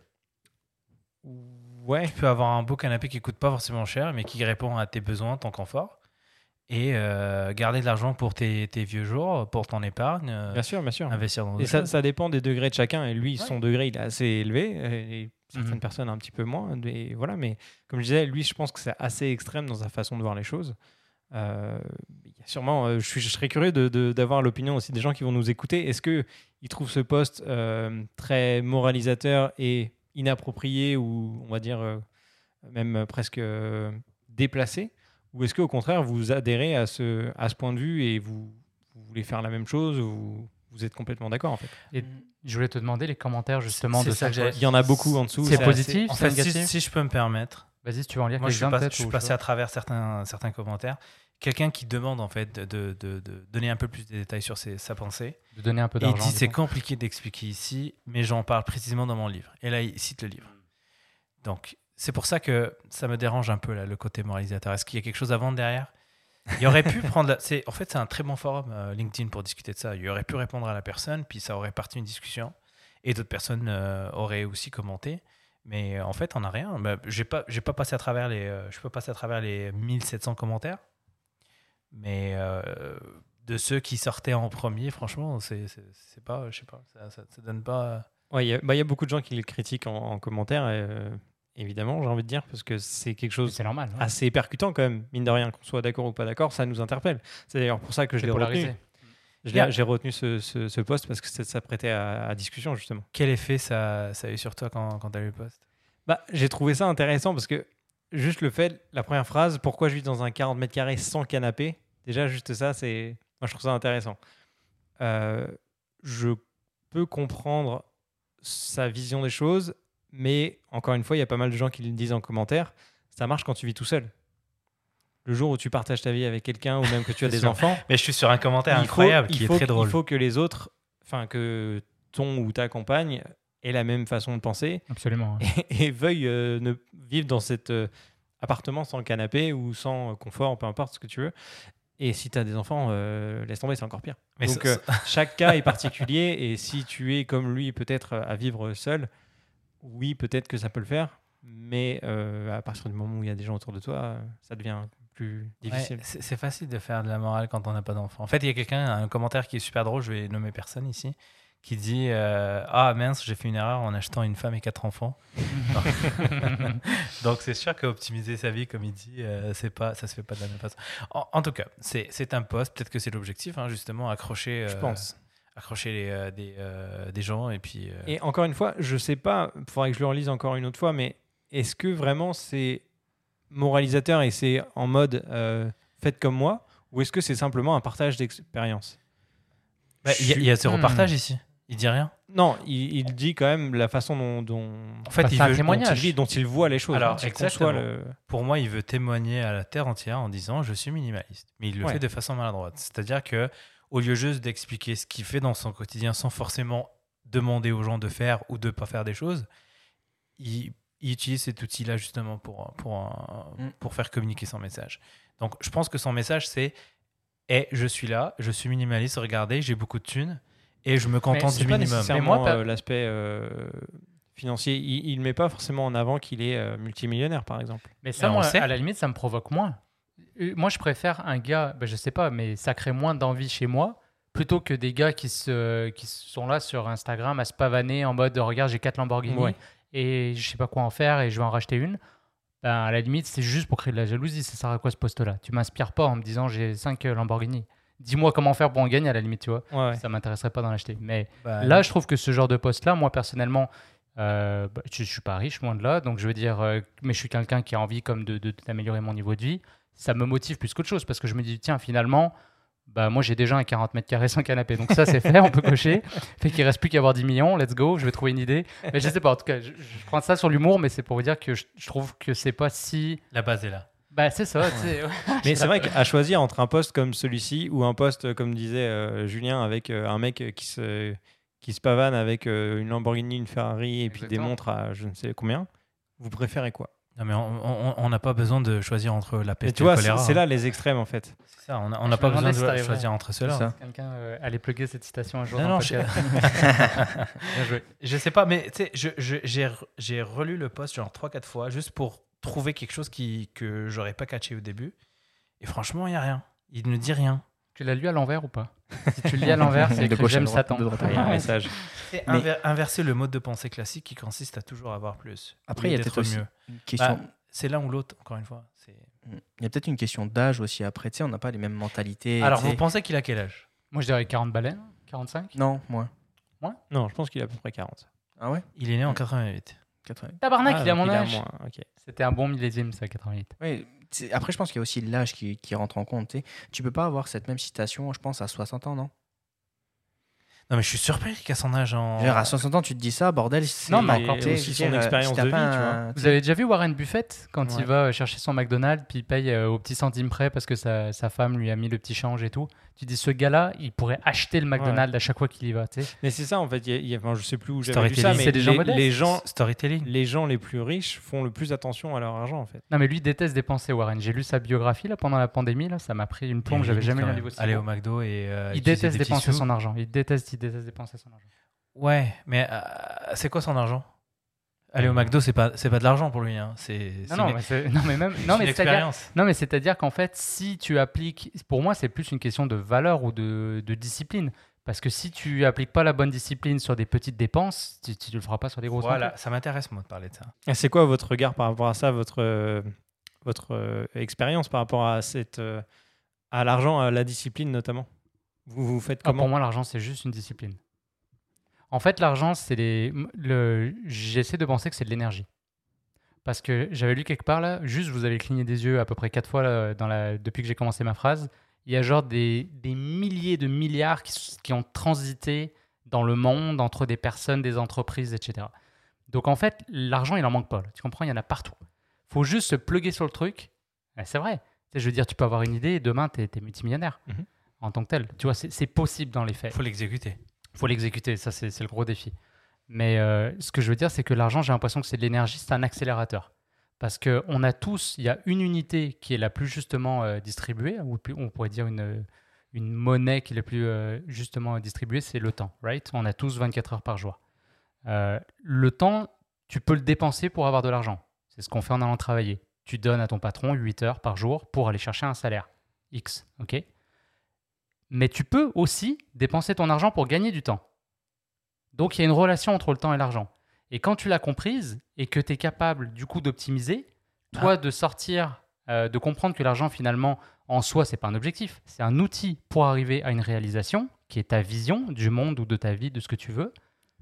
A: ouais.
D: Tu peux avoir un beau canapé qui coûte pas forcément cher, mais qui répond à tes besoins, ton confort, et euh, garder de l'argent pour tes, tes vieux jours, pour ton épargne, euh,
A: Bien sûr, bien sûr.
D: investir dans
A: Et
D: d'autres
A: ça,
D: choses.
A: ça dépend des degrés de chacun. Et lui,
D: Ouais.
A: son degré, il est assez élevé. Et certaines
B: Mhm.
A: personnes un petit peu moins. Et voilà. Mais comme je disais, lui, je pense que c'est assez extrême dans sa façon de voir les choses. Euh, il y a sûrement, euh, je, suis, je serais curieux de, de- d'avoir l'opinion aussi des gens qui vont nous écouter. Est-ce qu'ils trouvent ce poste euh, très moralisateur et inapproprié ou, on va dire, euh, même presque euh, déplacé? Ou est-ce qu'au contraire, vous adhérez à ce, à ce point de vue et vous, vous voulez faire la même chose ou vous, vous êtes complètement d'accord en fait.
B: Et je voulais te demander les commentaires justement
D: C'est
B: de
D: ça
B: ça.
D: que j'ai-
A: Il y en a beaucoup en dessous.
B: C'est
A: ça-
B: positif,
D: En
B: c'est
D: fait, si,
B: négatif.
D: si je peux me permettre,
B: Vas-y, si tu veux en lire
D: moi je suis,
B: quelques-uns
D: pas-
B: peut-être.
D: je suis
B: ou
D: passé
B: sais
D: à travers certains, certains commentaires. Quelqu'un qui demande en fait de, de, de- de donner un peu plus de détails sur ses- sa pensée.
B: pas, de donner un peu
D: Et il
B: d'argent.
D: dit
B: du
D: c'est
B: coup.
D: compliqué d'expliquer ici, mais j'en parle précisément dans mon livre. Et là, il cite le livre. Donc, c'est pour ça que ça me dérange un peu là, le côté moralisateur. Est-ce qu'il y a quelque chose à vendre derrière? Il aurait pu prendre. La... c'est... En fait, c'est un très bon forum euh, LinkedIn pour discuter de ça. Il aurait pu répondre à la personne, puis ça aurait parti une discussion. Et d'autres personnes euh, auraient aussi commenté. Mais euh, en fait, on n'a rien. Bah, j'ai pas, j'ai pas passé à travers les. Euh, je peux passer à travers les mille sept cents commentaires. Mais euh, de ceux qui sortaient en premier, franchement, c'est, c'est, c'est pas. Je sais pas. Ça, ça, ça donne pas.
A: Ouais, il y, a- bah, il y a beaucoup de gens qui le critiquent en, en commentaire, euh, évidemment, j'ai envie de dire, parce que c'est quelque chose
B: C'est normal. ouais.
A: assez percutant quand même, mine de rien, qu'on soit d'accord ou pas d'accord, ça nous interpelle. C'est d'ailleurs pour ça que je
B: C'est
A: l'ai
B: polarisé.
A: retenu. Je l'ai-
D: Yeah.
A: J'ai retenu ce, ce, ce post parce que ça, ça prêtait à, à discussion, justement.
D: Quel effet ça, ça a eu sur toi quand, quand tu as lu le post?
A: Bah, j'ai trouvé ça intéressant parce que juste le fait, la première phrase, pourquoi je vis dans un quarante mètres carrés sans canapé, déjà juste ça, c'est, moi je trouve ça intéressant. Euh, je peux comprendre sa vision des choses, mais encore une fois, il y a pas mal de gens qui le disent en commentaire, ça marche quand tu vis tout seul. Le jour où tu partages ta vie avec quelqu'un ou même que tu as
D: C'est
A: des
D: sûr.
A: enfants,
D: Mais je suis sur un commentaire
A: il faut-
D: incroyable
A: il
D: qui
A: faut,
D: est très drôle.
A: Il faut que les autres, enfin que ton ou ta compagne ait la même façon de penser
B: Absolument. ouais.
A: et, et veuille euh, ne vivre dans cet euh, appartement sans canapé ou sans euh, confort, peu importe ce que tu veux. Et si tu as des enfants, euh, laisse tomber, c'est encore pire.
D: Mais
A: Donc
D: ça-
A: euh, chaque cas est particulier et si tu es comme lui peut-être euh, à vivre seul, oui, peut-être que ça peut le faire, mais euh, à partir du moment où il y a des gens autour de toi, euh, ça devient plus difficile.
D: Ouais, c'est, c'est facile de faire de la morale quand on n'a pas d'enfant. En fait, il y a quelqu'un, un commentaire qui est super drôle, je vais nommer personne ici, qui dit euh, ah mince, j'ai fait une erreur en achetant une femme et quatre enfants. Donc c'est sûr qu'optimiser sa vie, comme il dit, euh, c'est pas, ça se fait pas de la même façon. En, en tout cas, c'est, c'est un post, peut-être que c'est l'objectif, hein, justement, accrocher,
A: Je
D: euh,
A: pense.
D: accrocher les, euh, des, euh, des gens et puis. euh,
A: Et encore une fois, je sais pas, il faudrait que je le relise encore une autre fois, mais est-ce que vraiment c'est moralisateur et c'est en mode euh, faites comme moi, ou est-ce que c'est simplement un partage d'expérience?
D: bah, Il y, a- il y a zéro
B: Hmm.
D: partage ici. Il dit rien.
A: Non, il, il dit quand même la façon dont, dont,
D: En fait,
B: Bah,
D: il
B: c'est un
D: veut,
A: dont
B: témoignage.
A: il vit, dont il voit les choses.
D: Alors,
A: dont il
D: exactement.
A: conçoit le...
D: Pour moi, il veut témoigner à la terre entière en disant je suis minimaliste. Mais il le
A: Ouais.
D: fait de façon maladroite. C'est-à-dire que au lieu juste d'expliquer ce qu'il fait dans son quotidien sans forcément demander aux gens de faire ou de pas faire des choses, il, il utilise cet outil-là justement pour, pour, un-
C: Mm.
D: pour faire communiquer son message. Donc, je pense que son message, c'est Eh, je suis là, je suis minimaliste, regardez, j'ai beaucoup de thunes et je me contente
A: C'est
D: du
A: pas
D: minimum.
A: nécessairement
B: Mais moi, pas-
A: euh, l'aspect euh, financier. Il ne met pas forcément en avant qu'il est euh, multimillionnaire, par exemple.
B: Mais ça,
D: Mais on
B: moi,
D: sait.
B: à la limite, ça me provoque moins. Euh, Moi, je préfère un gars, ben, je sais pas, mais ça crée moins d'envie chez moi, plutôt que des gars qui, se, qui sont là sur Instagram à se pavaner en mode regarde, j'ai quatre Lamborghini
A: Ouais.
B: et je sais pas quoi en faire et je vais en racheter une. Ben, à la limite, c'est juste pour créer de la jalousie. Ça sert à quoi ce poste-là? Tu m'inspires pas en me disant j'ai cinq Lamborghini. Dis-moi comment faire pour en gagner, à la limite, tu vois.
A: Ouais, ouais.
B: Ça m'intéresserait pas d'en acheter. Mais
D: Bah,
B: là, je trouve que ce genre de poste-là, moi personnellement, euh, bah, je, je suis pas riche, loin de là. Donc je veux dire, euh, mais je suis quelqu'un qui a envie comme de, de- d'améliorer mon niveau de vie. Ça me motive plus qu'autre chose parce que je me dis, tiens, finalement, bah, moi j'ai déjà un quarante mètres carrés sans canapé. Donc ça, c'est fait, on peut cocher. Fait qu'il reste plus qu'à avoir dix millions, let's go, je vais trouver une idée. Mais je sais pas, en tout cas, je, je prends ça sur l'humour, mais c'est pour vous dire que je, je trouve que c'est pas si.
D: la base est là.
B: Bah, c'est ça, tu sais.
A: Mais c'est vrai qu'à choisir entre un poste comme celui-ci ou un poste, comme disait euh, Julien, avec euh, un mec qui se, qui se pavane avec euh, une Lamborghini, une Ferrari et puis des
B: Exactement.
A: montres à je ne sais combien, vous préférez quoi?
D: Non, mais on- on on n'a pas besoin de choisir entre la
A: Mais
D: peste
A: tu
D: et le
A: vois, c'est
D: choléra.
A: c'est là les extrêmes en fait.
D: C'est ça, on n'a on n'a
B: Je
D: pas
B: me
D: besoin
B: demandais si
D: de
B: t'arriverais.
D: choisir entre ceux-là.
C: ça.
B: Quelqu'un euh, allait plugger cette citation un jour.
D: Non,
B: dans
D: non,
B: le
D: je-
B: podcast. Bien joué.
D: Je sais pas, mais tu sais, je- je- j'ai re- j'ai relu le post genre trois quatre fois juste pour trouver quelque chose qui, que j'aurais pas catché au début. Et franchement, il n'y a rien. Il ne dit rien.
B: Tu l'as lu à l'envers ou pas? Si tu le lis à l'envers, c'est
C: De
B: écrit
C: gauche à
B: j'aime
C: droite,
B: Satan.
C: de droite à
A: Il y a un
C: Ouais.
A: message.
D: C'est
C: Mais-
D: inver- inverser le mode de pensée classique qui consiste à toujours avoir plus.
C: Après, il y a
D: d'être
C: peut-être aussi
D: mieux.
C: une question.
D: Bah, c'est l'un ou l'autre, encore une fois. C'est-
C: Il y a peut-être une question d'âge aussi après. Tu sais, on n'a pas les mêmes mentalités.
D: Alors,
C: tu sais.
D: vous pensez qu'il a quel âge?
B: Moi, je dirais quarante baleines, quarante-cinq.
C: Non, moins.
A: Non, je pense qu'il a à peu près quarante.
C: Ah ouais
D: Il est né en quatre-vingt-huit.
C: quatre-vingts.
B: Tabarnak,
A: Ah,
B: il est à
A: donc
B: mon
A: il
B: âge.
A: moins, ok.
B: C'était un bon millésime, ça, quatre-vingt-huit.
C: Oui, c'est- après, je pense qu'il y a aussi l'âge qui, qui rentre en compte. Tu sais. Tu peux pas avoir cette même citation, je pense, à soixante ans, non?
D: Non, mais je suis surpris qu'à son âge en.
C: Je veux dire, à soixante ans, tu te dis ça, bordel. C'est
B: Non, mais
A: encore
C: tu sais,
A: aussi
C: je veux
A: son
C: dire,
A: expérience
C: si t'as
A: de
C: pas
A: vie, tu
C: un-
B: Vous avez déjà vu Warren Buffett quand
A: Ouais.
B: il va chercher son McDonald's puis il paye euh, au petit centime près parce que sa, sa femme lui a mis le petit change et tout. Tu dis ce gars-là, il pourrait acheter le McDonald's à chaque fois qu'il y va. Tu sais.
A: Mais c'est ça, en fait. Il y a, il y a- enfin, je sais plus où j'avais vu ça,
D: Storytelling.
A: mais
B: C'est des gens
A: les,
B: modestes.
A: les gens,
D: Storytelling.
A: les gens les plus riches font le plus attention à leur argent, en fait.
B: Non mais lui il déteste dépenser Warren. J'ai lu sa biographie là pendant la pandémie là, ça m'a pris une plombe. J'avais jamais lu un livre aussi.
D: Aller
B: bon.
D: au McDo et. euh,
B: Il
D: utiliser
B: déteste
D: des petits
B: dépenser
D: sous.
B: son argent. Il déteste, il déteste dépenser son argent.
D: Ouais, mais euh, c'est quoi son argent? Aller au McDo, c'est pas, c'est pas de l'argent pour lui. Hein. C'est, c'est
B: Non, non,
D: une,
B: mais c'est- non mais même,
D: c'est
B: non
D: une
B: mais c'est-à-dire,
D: expérience.
B: non mais c'est-à-dire qu'en fait, si tu appliques, pour moi, c'est plus une question de valeur ou de, de discipline. Parce que si tu appliques pas la bonne discipline sur des petites dépenses, tu, tu le feras pas sur des grosses. non
D: Voilà, ça m'intéresse moi de parler de ça.
A: Et c'est quoi votre regard par rapport à ça, votre, euh, votre euh, expérience par rapport à, cette, euh, à l'argent, à la discipline notamment? Vous vous faites
B: Ah,
A: comment?
B: pour moi, l'argent, c'est juste une discipline. En fait, l'argent, c'est les... le... j'essaie de penser que c'est de l'énergie. Parce que j'avais lu quelque part là, juste vous avez cligné des yeux à peu près quatre fois là, dans la... depuis que j'ai commencé ma phrase. Il y a genre des, des milliers de milliards qui, s- qui ont transité dans le monde entre des personnes, des entreprises, et cetera. Donc en fait, l'argent, il en manque pas. là. Tu comprends, il y en a partout. Faut juste se plugger sur le truc. Ouais, c'est vrai. Tu sais, je veux dire, tu peux avoir une idée et demain, tu es, multimillionnaire
A: Mhm.
B: en tant que tel. Tu vois, c'est c'est possible dans les faits.
D: Il faut l'exécuter.
B: Il faut l'exécuter, ça c'est c'est le gros défi. Mais euh, ce que je veux dire, c'est que l'argent, j'ai l'impression que c'est de l'énergie, c'est un accélérateur. Parce qu'on a tous, il y a une unité qui est la plus justement euh, distribuée, ou plus- on pourrait dire une, une monnaie qui est la plus euh, justement distribuée, c'est le temps, right? On a tous vingt-quatre heures par jour. Euh, le temps, tu peux le dépenser pour avoir de l'argent. C'est ce qu'on fait en allant travailler. Tu donnes à ton patron huit heures par jour pour aller chercher un salaire X, ok? Mais tu peux aussi dépenser ton argent pour gagner du temps. Donc il y a une relation entre le temps et l'argent. Et quand tu l'as comprise et que tu es capable du coup d'optimiser, toi de sortir, euh, de comprendre que l'argent finalement en soi, c'est pas un objectif, c'est un outil pour arriver à une réalisation qui est ta vision du monde ou de ta vie, de ce que tu veux.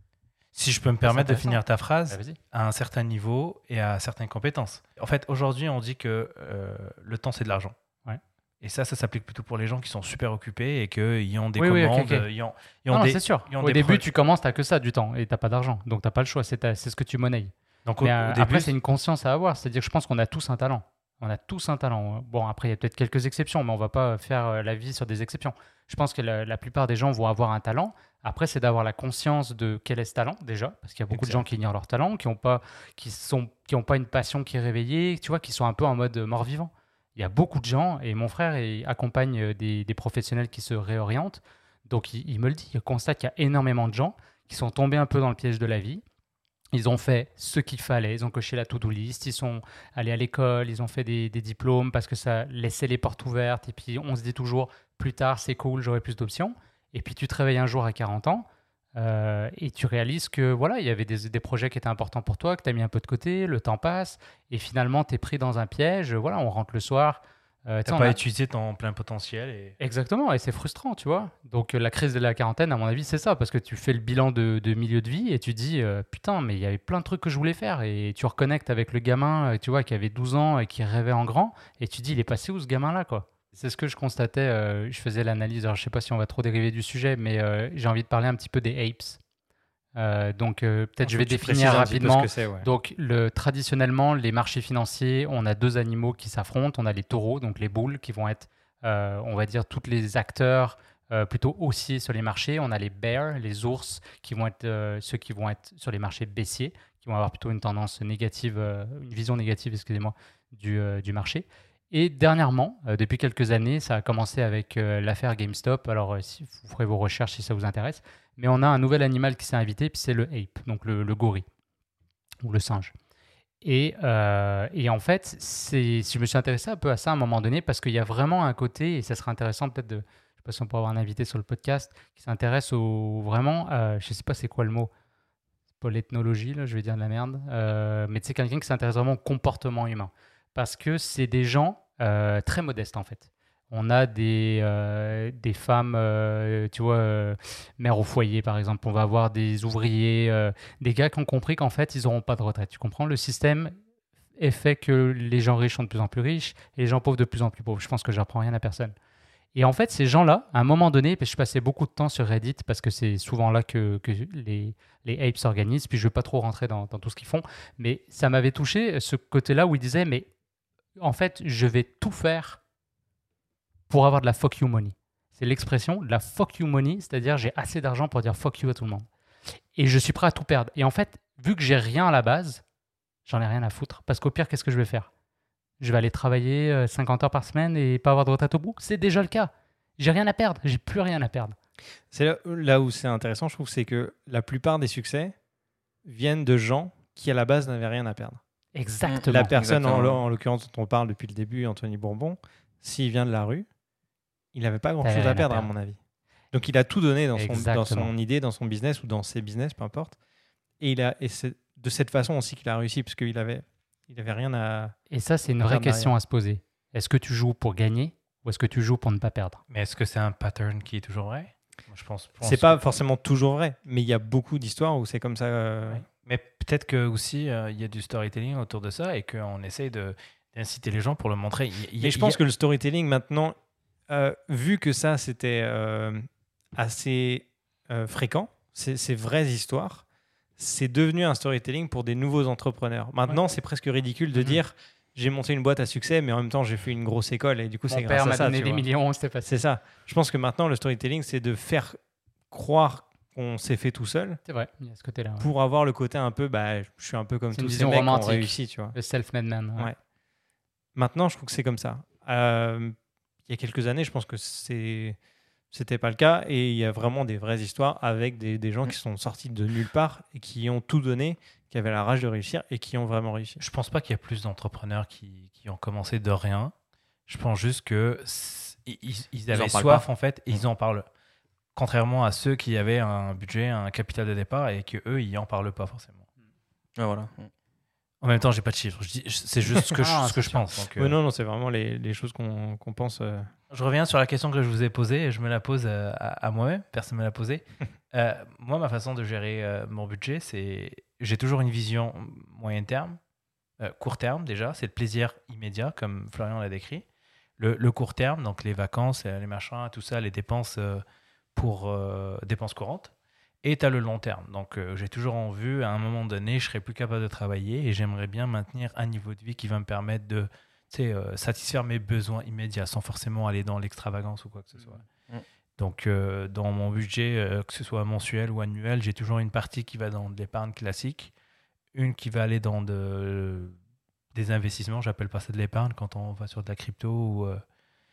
D: Si je peux me permettre de
B: intéressant.
D: finir ta
B: Ah,
D: phrase,
B: vas-y.
D: à un certain niveau et à certaines compétences. En fait, aujourd'hui, on dit que euh, le temps, c'est de l'argent.
B: Ouais.
D: Et ça, ça s'applique plutôt pour les gens qui sont super occupés et qu'ils ont des
B: Oui, oui, ok,
D: commandes,
B: ok.
D: euh, ils ont, ils ont
B: Non, non,
D: des...
B: c'est sûr.
D: ils ont
B: Au
D: des
B: début,
D: pro-
B: tu commences, tu n'as que ça, du temps, et tu n'as pas d'argent. Donc, tu n'as pas le choix, c'est ta- c'est ce que tu monnaies.
D: Donc, au,
B: Mais
D: au
B: euh,
D: début,
B: après, c'est une conscience à avoir. C'est-à-dire que je pense qu'on a tous un talent. On a tous un talent. Bon, après, il y a peut-être quelques exceptions, mais on ne va pas faire euh, la vie sur des exceptions. Je pense que la, la plupart des gens vont avoir un talent. Après, c'est d'avoir la conscience de quel est ce talent, déjà, parce qu'il y a beaucoup
D: Exact.
B: de gens qui ignorent leur talent, qui n'ont pas, qui sont, qui ont pas une passion qui est réveillée, tu vois, qui sont un peu en mode mort-vivant. Il y a beaucoup de gens, et mon frère il accompagne euh, des, des professionnels qui se réorientent. Donc, il, il me le dit, il constate qu'il y a énormément de gens qui sont tombés un peu dans le piège de la vie. Ils ont fait ce qu'il fallait, ils ont coché la to-do list, ils sont allés à l'école, ils ont fait des, des diplômes parce que ça laissait les portes ouvertes. Et puis on se dit toujours, plus tard c'est cool, j'aurai plus d'options. Et puis tu te réveilles un jour à quarante ans euh, et tu réalises que voilà, il y avait des, des projets qui étaient importants pour toi, que tu as mis un peu de côté, le temps passe et finalement tu es pris dans un piège. Voilà, on rentre le soir. Euh, tu sais,
D: t'as
B: on
D: pas
B: a-
D: utilisé ton plein potentiel. Et...
B: Exactement, et c'est frustrant, tu vois. Donc euh, la crise de la quarantaine, à mon avis, c'est ça, parce que tu fais le bilan de, de milieu de vie et tu dis, euh, putain, mais il y avait plein de trucs que je voulais faire, et tu reconnectes avec le gamin, euh, tu vois, qui avait douze ans et qui rêvait en grand, et tu dis, il est passé où ce gamin-là, quoi. C'est ce que je constatais, euh, je faisais l'analyse, alors je sais pas si on va trop dériver du sujet, mais euh, j'ai envie de parler un petit peu des apes. Euh, donc euh, peut-être je vais définir rapidement.
A: Ce que c'est, ouais.
B: Donc, le, traditionnellement, les marchés financiers, on a deux animaux qui s'affrontent. On a les taureaux, donc les boules, qui vont être, euh, on va dire, tous les acteurs euh, plutôt haussiers sur les marchés. On a les bears, les ours, qui vont être euh, ceux qui vont être sur les marchés baissiers, qui vont avoir plutôt une tendance négative, euh, une vision négative, excusez-moi, du, euh, du marché. Et dernièrement, euh, depuis quelques années, ça a commencé avec euh, l'affaire GameStop. Alors, euh, si vous ferez vos recherches si ça vous intéresse. Mais on a un nouvel animal qui s'est invité, puis c'est le ape, donc le, le gorille, ou le singe. Et, euh, et en fait, c'est, je me suis intéressé un peu à ça à un moment donné, parce qu'il y a vraiment un côté, et ça serait intéressant peut-être de, je ne sais pas si on peut avoir un invité sur le podcast, qui s'intéresse au, vraiment, euh, je ne sais pas c'est quoi le mot, c'est pas l'ethnologie, là, je vais dire de la merde, euh, mais c'est quelqu'un qui s'intéresse vraiment au comportement humain. Parce que c'est des gens euh, très modestes, en fait. On a des, euh, des femmes, euh, tu vois, euh, mères au foyer, par exemple. On va avoir des ouvriers, euh, des gars qui ont compris qu'en fait, ils n'auront pas de retraite. Tu comprends? Le système est fait que les gens riches sont de plus en plus riches et les gens pauvres de plus en plus pauvres. Je pense que j'apprends rien à personne. Et en fait, ces gens-là, à un moment donné, parce que je passais beaucoup de temps sur Reddit parce que c'est souvent là que, que les, les apes s'organisent, puis je ne veux pas trop rentrer dans, dans tout ce qu'ils font, mais ça m'avait touché ce côté-là où ils disaient, mais en fait, je vais tout faire pour avoir de la fuck you money. C'est l'expression de la fuck you money, c'est-à-dire j'ai assez d'argent pour dire fuck you à tout le monde. Et je suis prêt à tout perdre. Et en fait, vu que j'ai rien à la base, j'en ai rien à foutre. Parce qu'au pire, qu'est-ce que je vais faire ? Je vais aller travailler cinquante heures par semaine et pas avoir de retraite au bout. C'est déjà le cas. J'ai rien à perdre. J'ai plus rien à perdre.
A: C'est là, là où c'est intéressant, je trouve, c'est que la plupart des succès viennent de gens qui, à la base, n'avaient rien à perdre.
B: Exactement.
A: La personne, en,
C: Exactement.
A: en l'occurrence, dont on parle depuis le début, Anthony Bourbon, s'il vient de la rue, il n'avait pas grand-chose
B: rien
A: à
B: à
A: perdre, à
B: perdre.
A: mon avis. Donc, il a tout donné dans son, dans
B: Exactement.
A: son idée, dans son business ou dans ses business, peu importe. Et, il a, et c'est de cette façon aussi qu'il a réussi, parce qu'il avait, il avait rien à...
B: Et ça, c'est une
A: à
B: vraie
A: perdre
B: question
A: derrière.
B: à se poser. Est-ce que tu joues pour gagner ou est-ce que tu joues pour ne pas perdre ?
D: Mais est-ce que c'est un pattern qui est toujours vrai ? Moi, je pense, je pense
A: C'est pas
D: que-
A: forcément toujours vrai, mais il y a beaucoup d'histoires où c'est comme ça. euh,
D: Ouais. Mais peut-être que aussi euh, il y a du storytelling autour de ça et qu'on essaye de d'inciter les gens pour le montrer. Il y a- il y a-
A: Mais je pense
D: il y
A: que le storytelling, maintenant, euh, vu que ça, c'était euh, assez euh, fréquent, ces, ces vraies histoires, c'est devenu un storytelling pour des nouveaux entrepreneurs. Maintenant, c'est presque ridicule de
B: Mhm.
A: dire j'ai monté une boîte à succès, mais en même temps, j'ai fait une grosse école et du coup, c'est
B: Mon
A: grâce
B: père
A: à
B: m'a
A: ça.
B: donné
A: tu
B: des
A: vois.
B: millions, c'était facile.
A: C'est ça. Je pense que maintenant, le storytelling, c'est de faire croire qu'on s'est fait tout seul
B: C'est vrai, il y a ce côté-là. ouais.
A: pour avoir le côté un peu, bah, je suis un peu comme
B: C'est une
A: tous ces
B: vision
A: mecs qui ont
B: romantique.
A: réussi, tu vois.
B: Le self-made man. ouais.
A: Ouais. Maintenant, je trouve que c'est comme ça. Euh, il y a quelques années, je pense que c'est c'était pas le cas et il y a vraiment des vraies histoires avec des, des gens qui sont sortis de nulle part et qui ont tout donné, qui avaient la rage de réussir et qui ont vraiment réussi.
D: Je pense pas qu'il y a plus d'entrepreneurs qui, qui ont commencé de rien. Je pense juste que c- ils, ils avaient
C: en parlent
D: soif
C: pas.
D: en fait et ils en parlent. Contrairement à ceux qui avaient un budget, un capital de départ et que eux ils en parlent pas forcément.
C: Ouais, voilà.
D: En même temps, j'ai pas de chiffres. Je dis- c'est juste ce que je,
B: Ah,
D: ce que
B: c'est
D: je
B: sûr.
D: pense. Donc, euh,
A: Ouais, non, non, c'est vraiment les, les choses qu'on qu'on pense. euh.
D: Je reviens sur la question que je vous ai posée et je me la pose euh, à, à moi-même. Personne ne me l'a posée. Euh, moi, ma façon de gérer euh, mon budget, c'est j'ai toujours une vision moyen terme, euh, court terme déjà, c'est le plaisir immédiat, comme Florian l'a décrit. Le, le court terme, donc les vacances, euh, les machins, tout ça, les dépenses euh, pour euh, dépenses courantes. Et tu as le long terme. Donc, euh, j'ai toujours en vue, à un moment donné, je serai plus capable de travailler et j'aimerais bien maintenir un niveau de vie qui va me permettre de tu sais, euh, satisfaire mes besoins immédiats sans forcément aller dans l'extravagance ou quoi que ce soit.
C: Mmh.
D: Donc, euh, dans mon budget, euh, que ce soit mensuel ou annuel, j'ai toujours une partie qui va dans de l'épargne classique, une qui va aller dans de, des investissements, j'appelle pas ça de l'épargne quand on va sur de la crypto, ou, euh,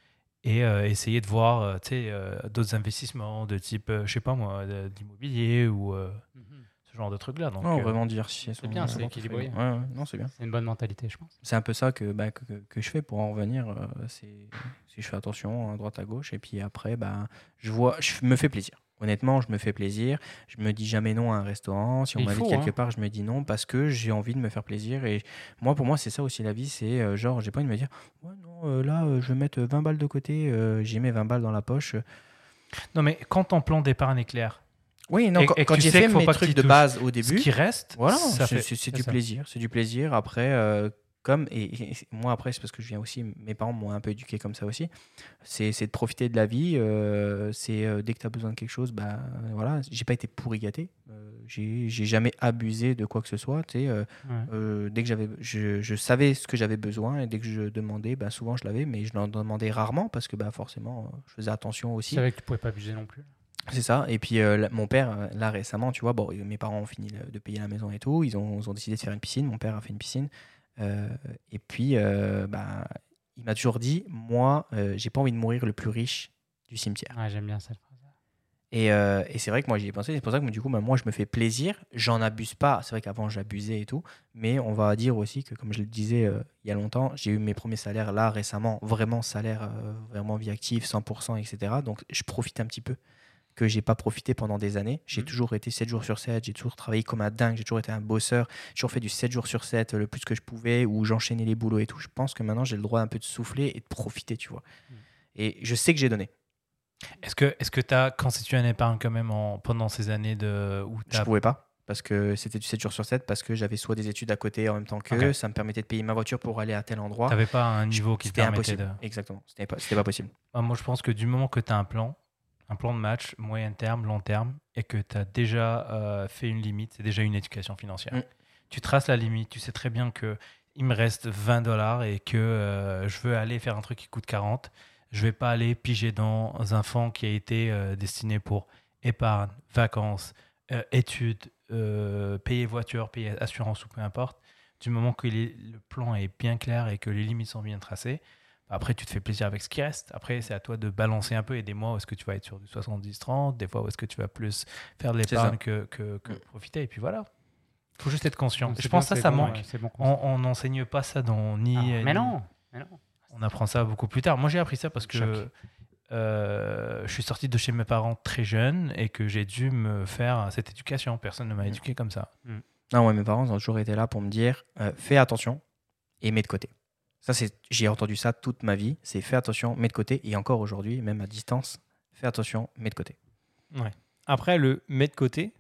D: et euh, essayer de voir euh, tu sais, euh, d'autres investissements de type, euh, je sais pas moi, de- d'immobilier ou euh,
B: Mhm.
D: ce genre de trucs-là. Donc,
C: Non,
D: euh,
C: vraiment diversifier.
B: C'est bien, c'est équilibré.
C: Ouais, ouais, non, c'est bien.
B: C'est une bonne mentalité, je pense.
C: C'est un peu ça que, bah, que, que- que je fais pour en revenir. euh, c'est si je fais attention à droite à gauche et puis après, bah, je vois, je me fais plaisir. Honnêtement, je me fais plaisir. Je me dis jamais non à un restaurant. Si on
B: Il
C: m'invite
B: faut,
C: quelque
B: hein.
C: part, je me dis non parce que j'ai envie de me faire plaisir. Et moi, pour moi, c'est ça aussi la vie. C'est euh, genre, j'ai pas envie de me dire, ouais, non, euh, là, euh, je vais mettre vingt balles de côté. euh, j'ai mes vingt balles dans la poche.
D: Non, mais quand ton plan d'épargne est clair,
C: Oui, non,
D: Et-
C: quand,
D: et que
C: quand
D: tu
C: j'ai
D: sais
C: fait
D: qu'il faut
C: mes
D: pas que
C: trucs
D: tu
C: de
D: touches
C: base au
D: ce
C: début,
D: qui reste,
C: voilà,
D: ça
C: c'est
D: fait-
C: c'est- c'est
D: c'est
C: du
D: ça.
C: plaisir, c'est du plaisir. Après, euh, comme et, et moi après, c'est parce que je viens aussi, mes parents m'ont un peu éduqué comme ça aussi. C'est c'est de profiter de la vie. euh, c'est euh, dès que tu as besoin de quelque chose, bah voilà. J'ai pas été pourri gâté. Euh, j'ai j'ai jamais abusé de quoi que ce soit. Tu sais, euh,
B: Ouais.
C: euh, dès que j'avais, je, je savais ce que j'avais besoin et dès que je demandais, bah souvent je l'avais, mais je l'en demandais rarement parce que bah forcément, euh, je faisais attention
B: Tu
C: aussi.
B: savais que tu pouvais pas abuser non plus.
C: C'est ça. Et puis euh, là, mon père, euh, là récemment, tu vois, bon, mes parents ont fini le- de payer la maison et tout. Ils ont, ils ont décidé de faire une piscine. Mon père a fait une piscine. Euh, et puis, euh, bah, il m'a toujours dit, moi, euh, j'ai pas envie de mourir le plus riche du cimetière.
B: Ouais, j'aime bien cette phrase.
C: Et, euh, et c'est vrai que moi, j'y ai pensé. C'est pour ça que du coup, bah, moi, je me fais plaisir. J'en abuse pas. C'est vrai qu'avant, j'abusais et tout. Mais on va dire aussi que, comme je le disais euh, il y a longtemps, j'ai eu mes premiers salaires là récemment, vraiment salaire, euh, vraiment vie active, cent pour cent, et cetera. Donc, je profite un petit peu que j'ai pas profité pendant des années. J'ai
B: Mhm.
C: toujours été sept jours sur sept, j'ai toujours travaillé comme un dingue, j'ai toujours été un bosseur, j'ai toujours fait du sept jours sur sept le plus que je pouvais, où j'enchaînais les boulots et tout. Je pense que maintenant, j'ai le droit un peu de souffler et de profiter, tu vois.
B: Mhm.
C: Et je sais que j'ai donné.
D: Est-ce que est-ce que tu as constitué un épargne quand même en, pendant ces années de, où
C: Je
D: t'as-
C: pouvais pas. parce que c'était du sept jours sur sept, parce que j'avais soit des études à côté en même temps que
D: Ok.
C: ça me permettait de payer ma voiture pour aller à tel endroit.
D: Tu n'avais pas un niveau qui te
C: C'était
D: permettait
C: impossible.
D: de...
C: Exactement, c'était pas, c'était pas possible.
D: Ah, moi, je pense que du moment que tu as un plan, un plan de match, moyen terme, long terme, et que tu as déjà euh, fait une limite, c'est déjà une éducation financière.
C: Mm.
D: Tu traces la limite, tu sais très bien que il me reste vingt dollars et que euh, je veux aller faire un truc qui coûte quarante. Je vais pas aller piger dans un fonds qui a été euh, destiné pour épargne, vacances, euh, études, euh, payer voiture, payer assurance ou peu importe. Du moment que les- le plan est bien clair et que les limites sont bien tracées, après, tu te fais plaisir avec ce qui reste. Après, c'est à toi de balancer un peu. Et des mois où est-ce que tu vas être sur du soixante-dix trente, des fois où est-ce que tu vas plus faire de
C: C'est
D: l'épargne
C: ça.
D: que, que, que
C: Mm.
D: profiter. Et puis voilà. Il faut juste être conscient.
B: C'est
D: Je
B: bien,
D: pense que ça,
B: c'est
D: ça
B: bon,
D: manque.
B: ouais, c'est bon
D: On on n'enseigne pas ça dans ni.
B: Ah,
D: ni-
B: mais non, mais non.
D: On apprend ça beaucoup plus tard. Moi, j'ai appris ça parce que
B: Choc.
D: euh, je suis sorti de chez mes parents très jeune et que j'ai dû me faire cette éducation. Personne ne m'a éduqué comme ça.
C: Non, ouais, mes parents ont toujours été là pour me dire euh, fais attention et mets de côté. Ça, c'est, j'ai entendu ça toute ma vie. C'est fais attention, mets de côté. Et encore aujourd'hui, même à distance, fais attention, mets de côté.
A: Après, le met de côté,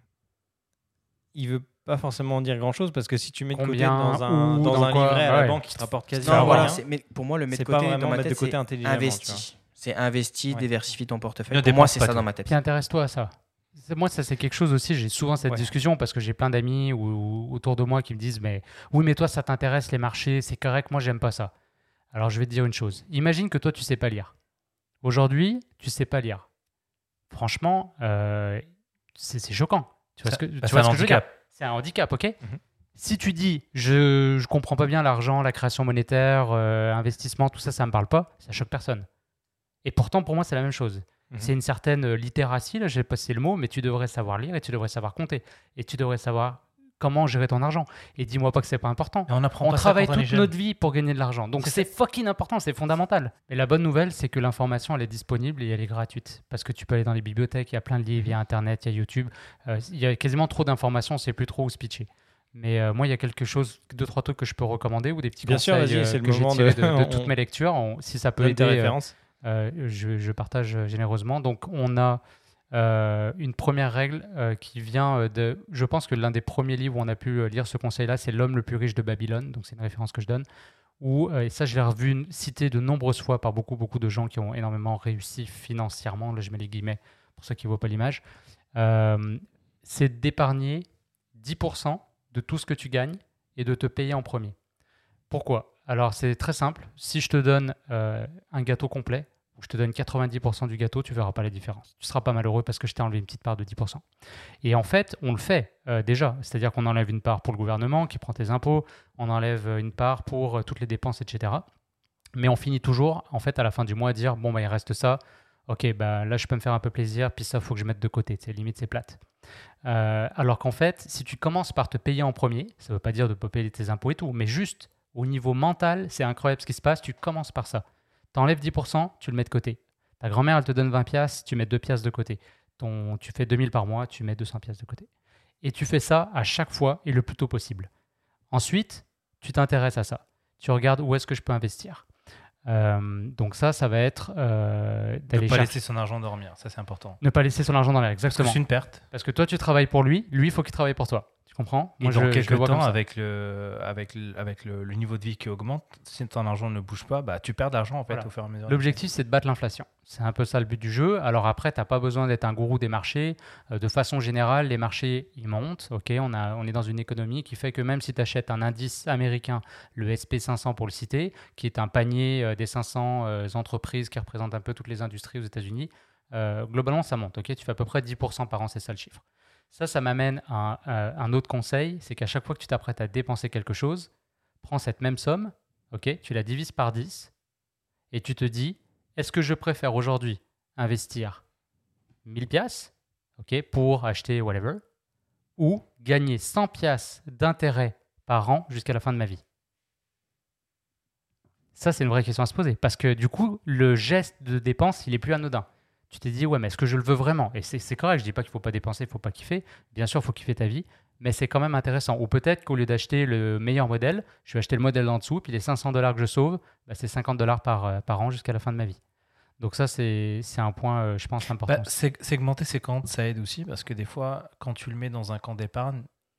A: il veut pas forcément dire grand-chose parce que si tu mets de côté
B: Combien,
A: dans un,
B: où,
A: dans
B: dans
A: un
B: quoi,
A: livret à la
B: ouais.
A: banque qui te rapporte quasiment
C: Non, voilà,
A: rien,
C: c'est, mais pour moi, le mettre
A: c'est
C: de
A: pas
C: côté, dans
A: vraiment
C: ma
A: mettre de
C: tête,
A: côté
C: c'est
A: intelligemment. tu vois.
C: investi. C'est investi,
A: Ouais.
C: diversifie ton portefeuille.
D: Ne
C: Pour moi,
D: dépense
C: c'est
D: pas
C: ça
D: tout.
C: dans ma tête.
B: Puis intéresse-toi à ça. C'est- Moi, ça, c'est quelque chose aussi. J'ai souvent cette
A: Ouais.
B: discussion parce que j'ai plein d'amis ou, ou autour de moi qui me disent mais oui, mais toi, ça t'intéresse les marchés, c'est correct. Moi, j'aime pas ça. Alors, je vais te dire une chose. Imagine que toi, tu sais pas lire. Aujourd'hui, tu sais pas lire. Franchement, euh, c'est c'est choquant. Tu vois
D: Ça-
B: ce que,
D: bah,
B: tu
D: c'est
B: vois
D: un
B: ce que je veux dire?
D: handicap.
B: C'est un handicap, ok?
A: Mhm.
B: Si tu dis je je comprends pas bien l'argent, la création monétaire, euh, investissement, tout ça, ça me parle pas, ça choque personne. Et pourtant, pour moi, c'est la même chose.
A: Mhm.
B: C'est une certaine euh, littératie, là, j'ai passé le mot, mais tu devrais savoir lire et tu devrais savoir compter. Et tu devrais savoir comment gérer ton argent. Et dis-moi pas que c'est pas important.
D: Et on apprend
B: On
D: pas
B: travaille
D: ça quand on est
B: toute
D: jeune.
B: notre vie pour gagner de l'argent. Donc
D: C'est
B: c'est fucking important, c'est fondamental. Mais la bonne nouvelle, c'est que l'information, elle est disponible et elle est gratuite. Parce que tu peux aller dans les bibliothèques, il y a plein de livres, il y a Internet, il y a YouTube. Euh, il y a quasiment trop d'informations, on ne sait plus trop où se pitcher. Mais euh, moi, il y a quelque chose, deux, trois trucs que je peux recommander ou des petits
A: Bien sûr,
B: conseils
A: vas-y,
B: euh,
A: c'est le
B: que j'ai
A: moment
B: tirés
A: de-
B: de, de
A: on-
B: toutes mes lectures. On- si ça peut
A: Donne
B: aider,
A: tes
B: euh,
A: références.
B: euh, je, je partage euh, généreusement. Donc, on a euh, une première règle euh, qui vient euh, de. Je pense que l'un des premiers livres où on a pu euh, lire ce conseil-là, c'est L'homme le plus riche de Babylone. Donc, c'est une référence que je donne. Où, euh, et ça, je l'ai revu une- cité de nombreuses fois par beaucoup, beaucoup de gens qui ont énormément réussi financièrement. Là, je mets les guillemets pour ceux qui ne voient pas l'image. Euh, c'est d'épargner dix pour cent de tout ce que tu gagnes et de te payer en premier. Pourquoi? Alors, c'est très simple. Si je te donne euh, un gâteau complet, ou je te donne quatre-vingt-dix pour cent du gâteau, tu ne verras pas la différence. Tu ne seras pas malheureux parce que je t'ai enlevé une petite part de dix pour cent. Et en fait, on le fait euh, déjà. C'est-à-dire qu'on enlève une part pour le gouvernement qui prend tes impôts, on enlève une part pour euh, toutes les dépenses, et cetera. Mais on finit toujours, en fait, à la fin du mois, à dire, bon, bah, il reste ça. Ok, bah, là, je peux me faire un peu plaisir, puis ça, il faut que je mette de côté. C'est limite, c'est plate. Euh, alors qu'en fait, si tu commences par te payer en premier, ça ne veut pas dire de ne pas payer tes impôts et tout, mais juste au niveau mental, c'est incroyable ce qui se passe. Tu commences par ça. Tu enlèves dix pour cent, tu le mets de côté. Ta grand-mère, elle te donne vingt piastres, tu mets deux piastres de côté. Ton, tu fais deux mille par mois, tu mets deux cents piastres de côté. Et tu fais ça à chaque fois et le plus tôt possible. Ensuite, tu t'intéresses à ça. Tu regardes où est-ce que je peux investir. Euh, donc ça, ça va être euh,
D: Ne
B: d'aller
D: pas
B: chercher-
D: laisser son argent dormir. Ça, c'est important.
B: ne pas laisser son argent dans l'air.
D: Parce que
B: Exactement.
D: c'est une perte.
B: Parce que toi, tu travailles pour lui, lui, il faut qu'il travaille pour toi. Tu comprends?
D: Et
B: Moi,
D: dans
B: je, je
D: quelques
B: le vois comme
D: temps,
B: ça.
D: avec, le, avec, le, avec le, le niveau de vie qui augmente, si ton argent ne bouge pas, bah, tu perds de l'argent en fait,
B: Voilà.
D: au fur et à mesure.
B: L'objectif, c'est de battre l'inflation. C'est un peu ça le but du jeu. Alors après, tu n'as pas besoin d'être un gourou des marchés. Euh, de façon générale, les marchés, ils montent. Ok, on, a, on est dans une économie qui fait que même si tu achètes un indice américain, le S P cinq cents pour le citer, qui est un panier euh, des cinq cents euh, entreprises qui représentent un peu toutes les industries aux États-Unis, euh, globalement, ça monte. Ok, tu fais à peu près dix pour cent par an, c'est ça le chiffre. Ça, ça m'amène à, à un autre conseil, c'est qu'à chaque fois que tu t'apprêtes à dépenser quelque chose, prends cette même somme, ok, tu la divises par dix et tu te dis, est-ce que je préfère aujourd'hui investir mille piastres, ok, pour acheter whatever, ou gagner cent piastres d'intérêt par an jusqu'à la fin de ma vie? Ça, c'est une vraie question à se poser parce que du coup, le geste de dépense, il est plus anodin. Tu t'es dit, ouais, mais est-ce que je le veux vraiment? Et c'est, c'est correct, je dis pas qu'il faut pas dépenser, il faut pas kiffer. Bien sûr, il faut kiffer ta vie, mais c'est quand même intéressant. Ou peut-être qu'au lieu d'acheter le meilleur modèle, je vais acheter le modèle en dessous, puis les cinq cents dollars que je sauve, bah, c'est cinquante dollars par, euh, par an jusqu'à la fin de ma vie. Donc ça, c'est, c'est un point, euh, je pense, important.
D: Bah, sé- segmenter ses comptes, ça aide aussi parce que des fois, quand tu le mets dans un compte d'épargne,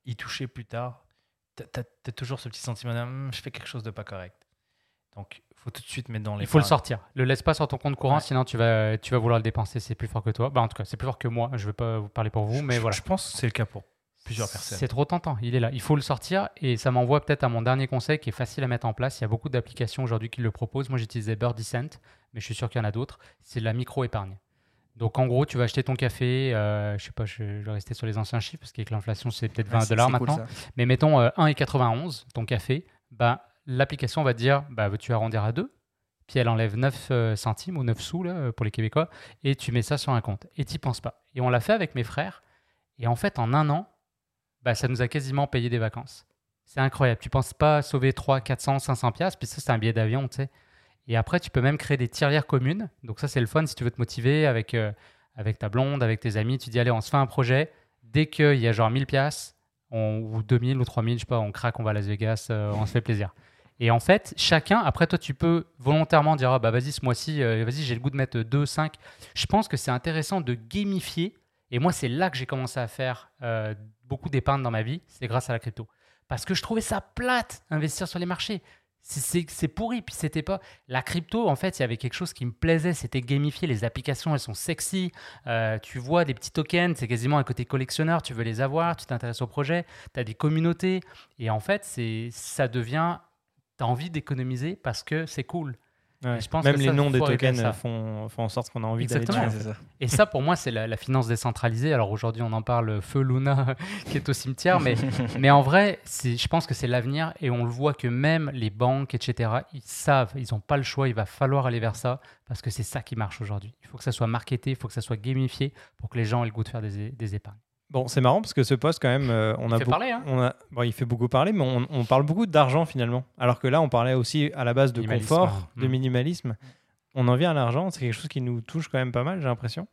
D: y toucher plus tard, tu as toujours ce petit sentiment de hm, je fais quelque chose de pas correct. Donc, il faut tout de suite mettre dans les.
B: Il faut le sortir. Le laisse pas sur ton compte courant,
D: Ouais.
B: sinon tu vas, tu vas vouloir le dépenser. C'est plus fort que toi. Bah, en tout cas, c'est plus fort que moi. Je ne vais pas vous parler pour vous,
D: Je-
B: mais
D: je,
B: voilà.
D: Je pense que c'est le cas pour plusieurs personnes.
B: C'est trop tentant. Il est là. Il faut le sortir. Et ça m'envoie peut-être à mon dernier conseil qui est facile à mettre en place. Il y a beaucoup d'applications aujourd'hui qui le proposent. Moi, j'utilisais Birdicent, mais je suis sûr qu'il y en a d'autres. C'est la micro-épargne. Donc, en gros, tu vas acheter ton café. Euh, je sais pas, je, je vais rester sur les anciens chiffres parce qu'avec l'inflation, c'est peut-être vingt dollars
C: c'est cool,
B: maintenant.
C: ça.
B: Mais mettons euh, un euro quatre-vingt-onze, ton café. Bah, l'application va te dire bah, veux-tu arrondir à deux? Puis elle enlève neuf euh, centimes ou neuf sous là, pour les Québécois, et tu mets ça sur un compte. Et tu n'y penses pas. Et on l'a fait avec mes frères. Et en fait, en un an, bah, ça nous a quasiment payé des vacances. C'est incroyable. Tu ne penses pas sauver trois cents, quatre cents, cinq cents piastres, puis ça, c'est un billet d'avion, tu sais. Et après, tu peux même créer des tirelires communes. Donc ça, c'est le fun si tu veux te motiver avec, euh, avec ta blonde, avec tes amis. Tu dis, allez, on se fait un projet. Dès qu'il y a genre mille piastres, on, ou deux mille ou trois mille, je sais pas, on craque, on va à Las Vegas, euh, on se fait plaisir. Et en fait, chacun, après toi, tu peux volontairement dire, ah, bah vas-y, ce mois-ci, euh, vas-y, j'ai le goût de mettre deux, cinq. Je pense que c'est intéressant de gamifier. Et moi, c'est là que j'ai commencé à faire euh, beaucoup d'épargne dans ma vie. C'est grâce à la crypto. Parce que je trouvais ça plate, investir sur les marchés. C'est, c'est, c'est pourri. Puis c'était pas... La crypto, en fait, il y avait quelque chose qui me plaisait. C'était gamifier. Les applications, elles sont sexy. Euh, tu vois des petits tokens. C'est quasiment un côté collectionneur. Tu veux les avoir. Tu t'intéresses au projet. Tu as des communautés. Et en fait, c'est, ça devient... Tu as envie d'économiser parce que c'est cool.
A: Ouais.
B: Je pense
A: Même
B: que
A: les
B: ça,
A: noms des
B: faut arriver à
A: tokens
B: ça.
A: euh, font, font en sorte qu'on a envie d'aller
B: Exactement.
A: dessus.
C: Ouais, c'est ça.
B: Et ça, pour moi, c'est la, la finance décentralisée. Alors aujourd'hui, on en parle, feu Luna qui est au cimetière, mais, mais en vrai, c'est, je pense que c'est l'avenir et on le voit que même les banques, et cetera, ils savent, ils n'ont pas le choix, il va falloir aller vers ça parce que c'est ça qui marche aujourd'hui. Il faut que ça soit marketé, il faut que ça soit gamifié pour que les gens aient le goût de faire des, des épargnes.
A: Bon, c'est marrant parce que ce poste, quand même, euh, on
B: Il
A: a
B: fait
A: beaucoup-
B: parler, hein.
A: on a, bon, il fait beaucoup parler, mais on, on parle beaucoup d'argent finalement. Alors que là, on parlait aussi à la base de
B: Minimalisme,
A: confort,
B: hein.
A: de
B: Mm.
A: minimalisme. On en vient à l'argent, c'est quelque chose qui nous touche quand même pas mal, j'ai l'impression.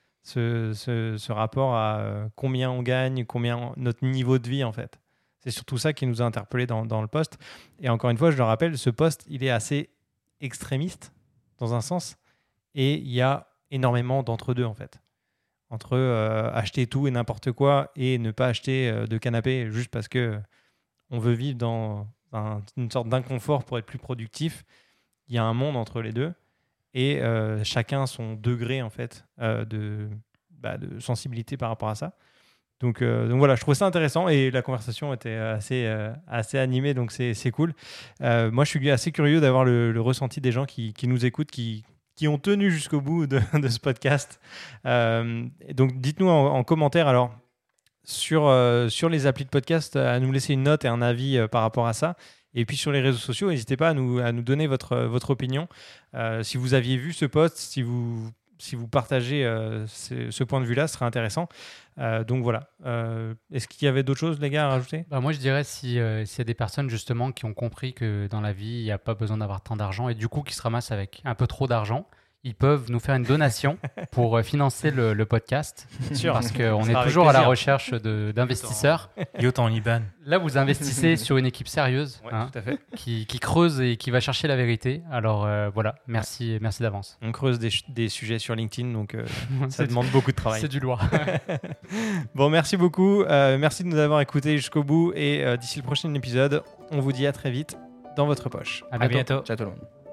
A: Ce, ce, ce rapport à euh, combien on gagne, combien notre niveau de vie en fait. C'est surtout ça qui nous a interpellés dans, dans le poste. Et encore une fois, je le rappelle, ce poste, il est assez extrémiste dans un sens, et il y a énormément d'entre-deux en fait. Entre euh, acheter tout et n'importe quoi et ne pas acheter euh, de canapé juste parce que on veut vivre dans un- une sorte d'inconfort pour être plus productif. Il y a un monde entre les deux et euh, chacun son degré en fait euh, de, bah, de sensibilité par rapport à ça. Donc, euh, donc voilà, je trouvais ça intéressant et la conversation était assez, euh, assez animée, donc c'est, c'est cool. Euh, moi, je suis assez curieux d'avoir le, le ressenti des gens qui, qui nous écoutent, qui, qui ont tenu jusqu'au bout de, de ce podcast. Euh, donc dites-nous en, en commentaire alors sur, euh, sur les applis de podcast à nous laisser une note et un avis euh, par rapport à ça. Et puis sur les réseaux sociaux, n'hésitez pas à nous, à nous donner votre, votre opinion. Euh, si vous aviez vu ce post, si vous, si vous partagez euh, ce, ce point de vue-là, ce serait intéressant. Euh, donc voilà. Euh, est-ce qu'il y avait d'autres choses, les gars, à rajouter?
B: Bah, moi, je dirais si, euh, s'il y a des personnes justement qui ont compris que dans la vie, il n'y a pas besoin d'avoir tant d'argent et du coup qui se ramassent avec un peu trop d'argent, ils peuvent nous faire une donation pour euh, financer le, le podcast.
A: Sûr.
B: Parce qu'on
A: Ça
B: est
A: sera avec
B: toujours à la
A: plaisir.
B: recherche de, d'investisseurs.
D: Yacht en Iban.
B: Là, vous investissez sur une équipe sérieuse
A: Ouais,
B: hein,
A: tout à fait.
B: qui, qui creuse et qui va chercher la vérité. Alors euh, voilà, merci, merci d'avance.
A: On creuse des, ch- des sujets sur LinkedIn, donc euh, ça
B: C'est-
A: demande beaucoup de travail.
B: C'est du lourd.
A: Bon, merci beaucoup. Euh, merci de nous avoir écoutés jusqu'au bout. Et euh, d'ici le prochain épisode, on vous dit à très vite dans votre poche.
B: À
D: À
B: bientôt.
D: bientôt.
C: Ciao tout le monde.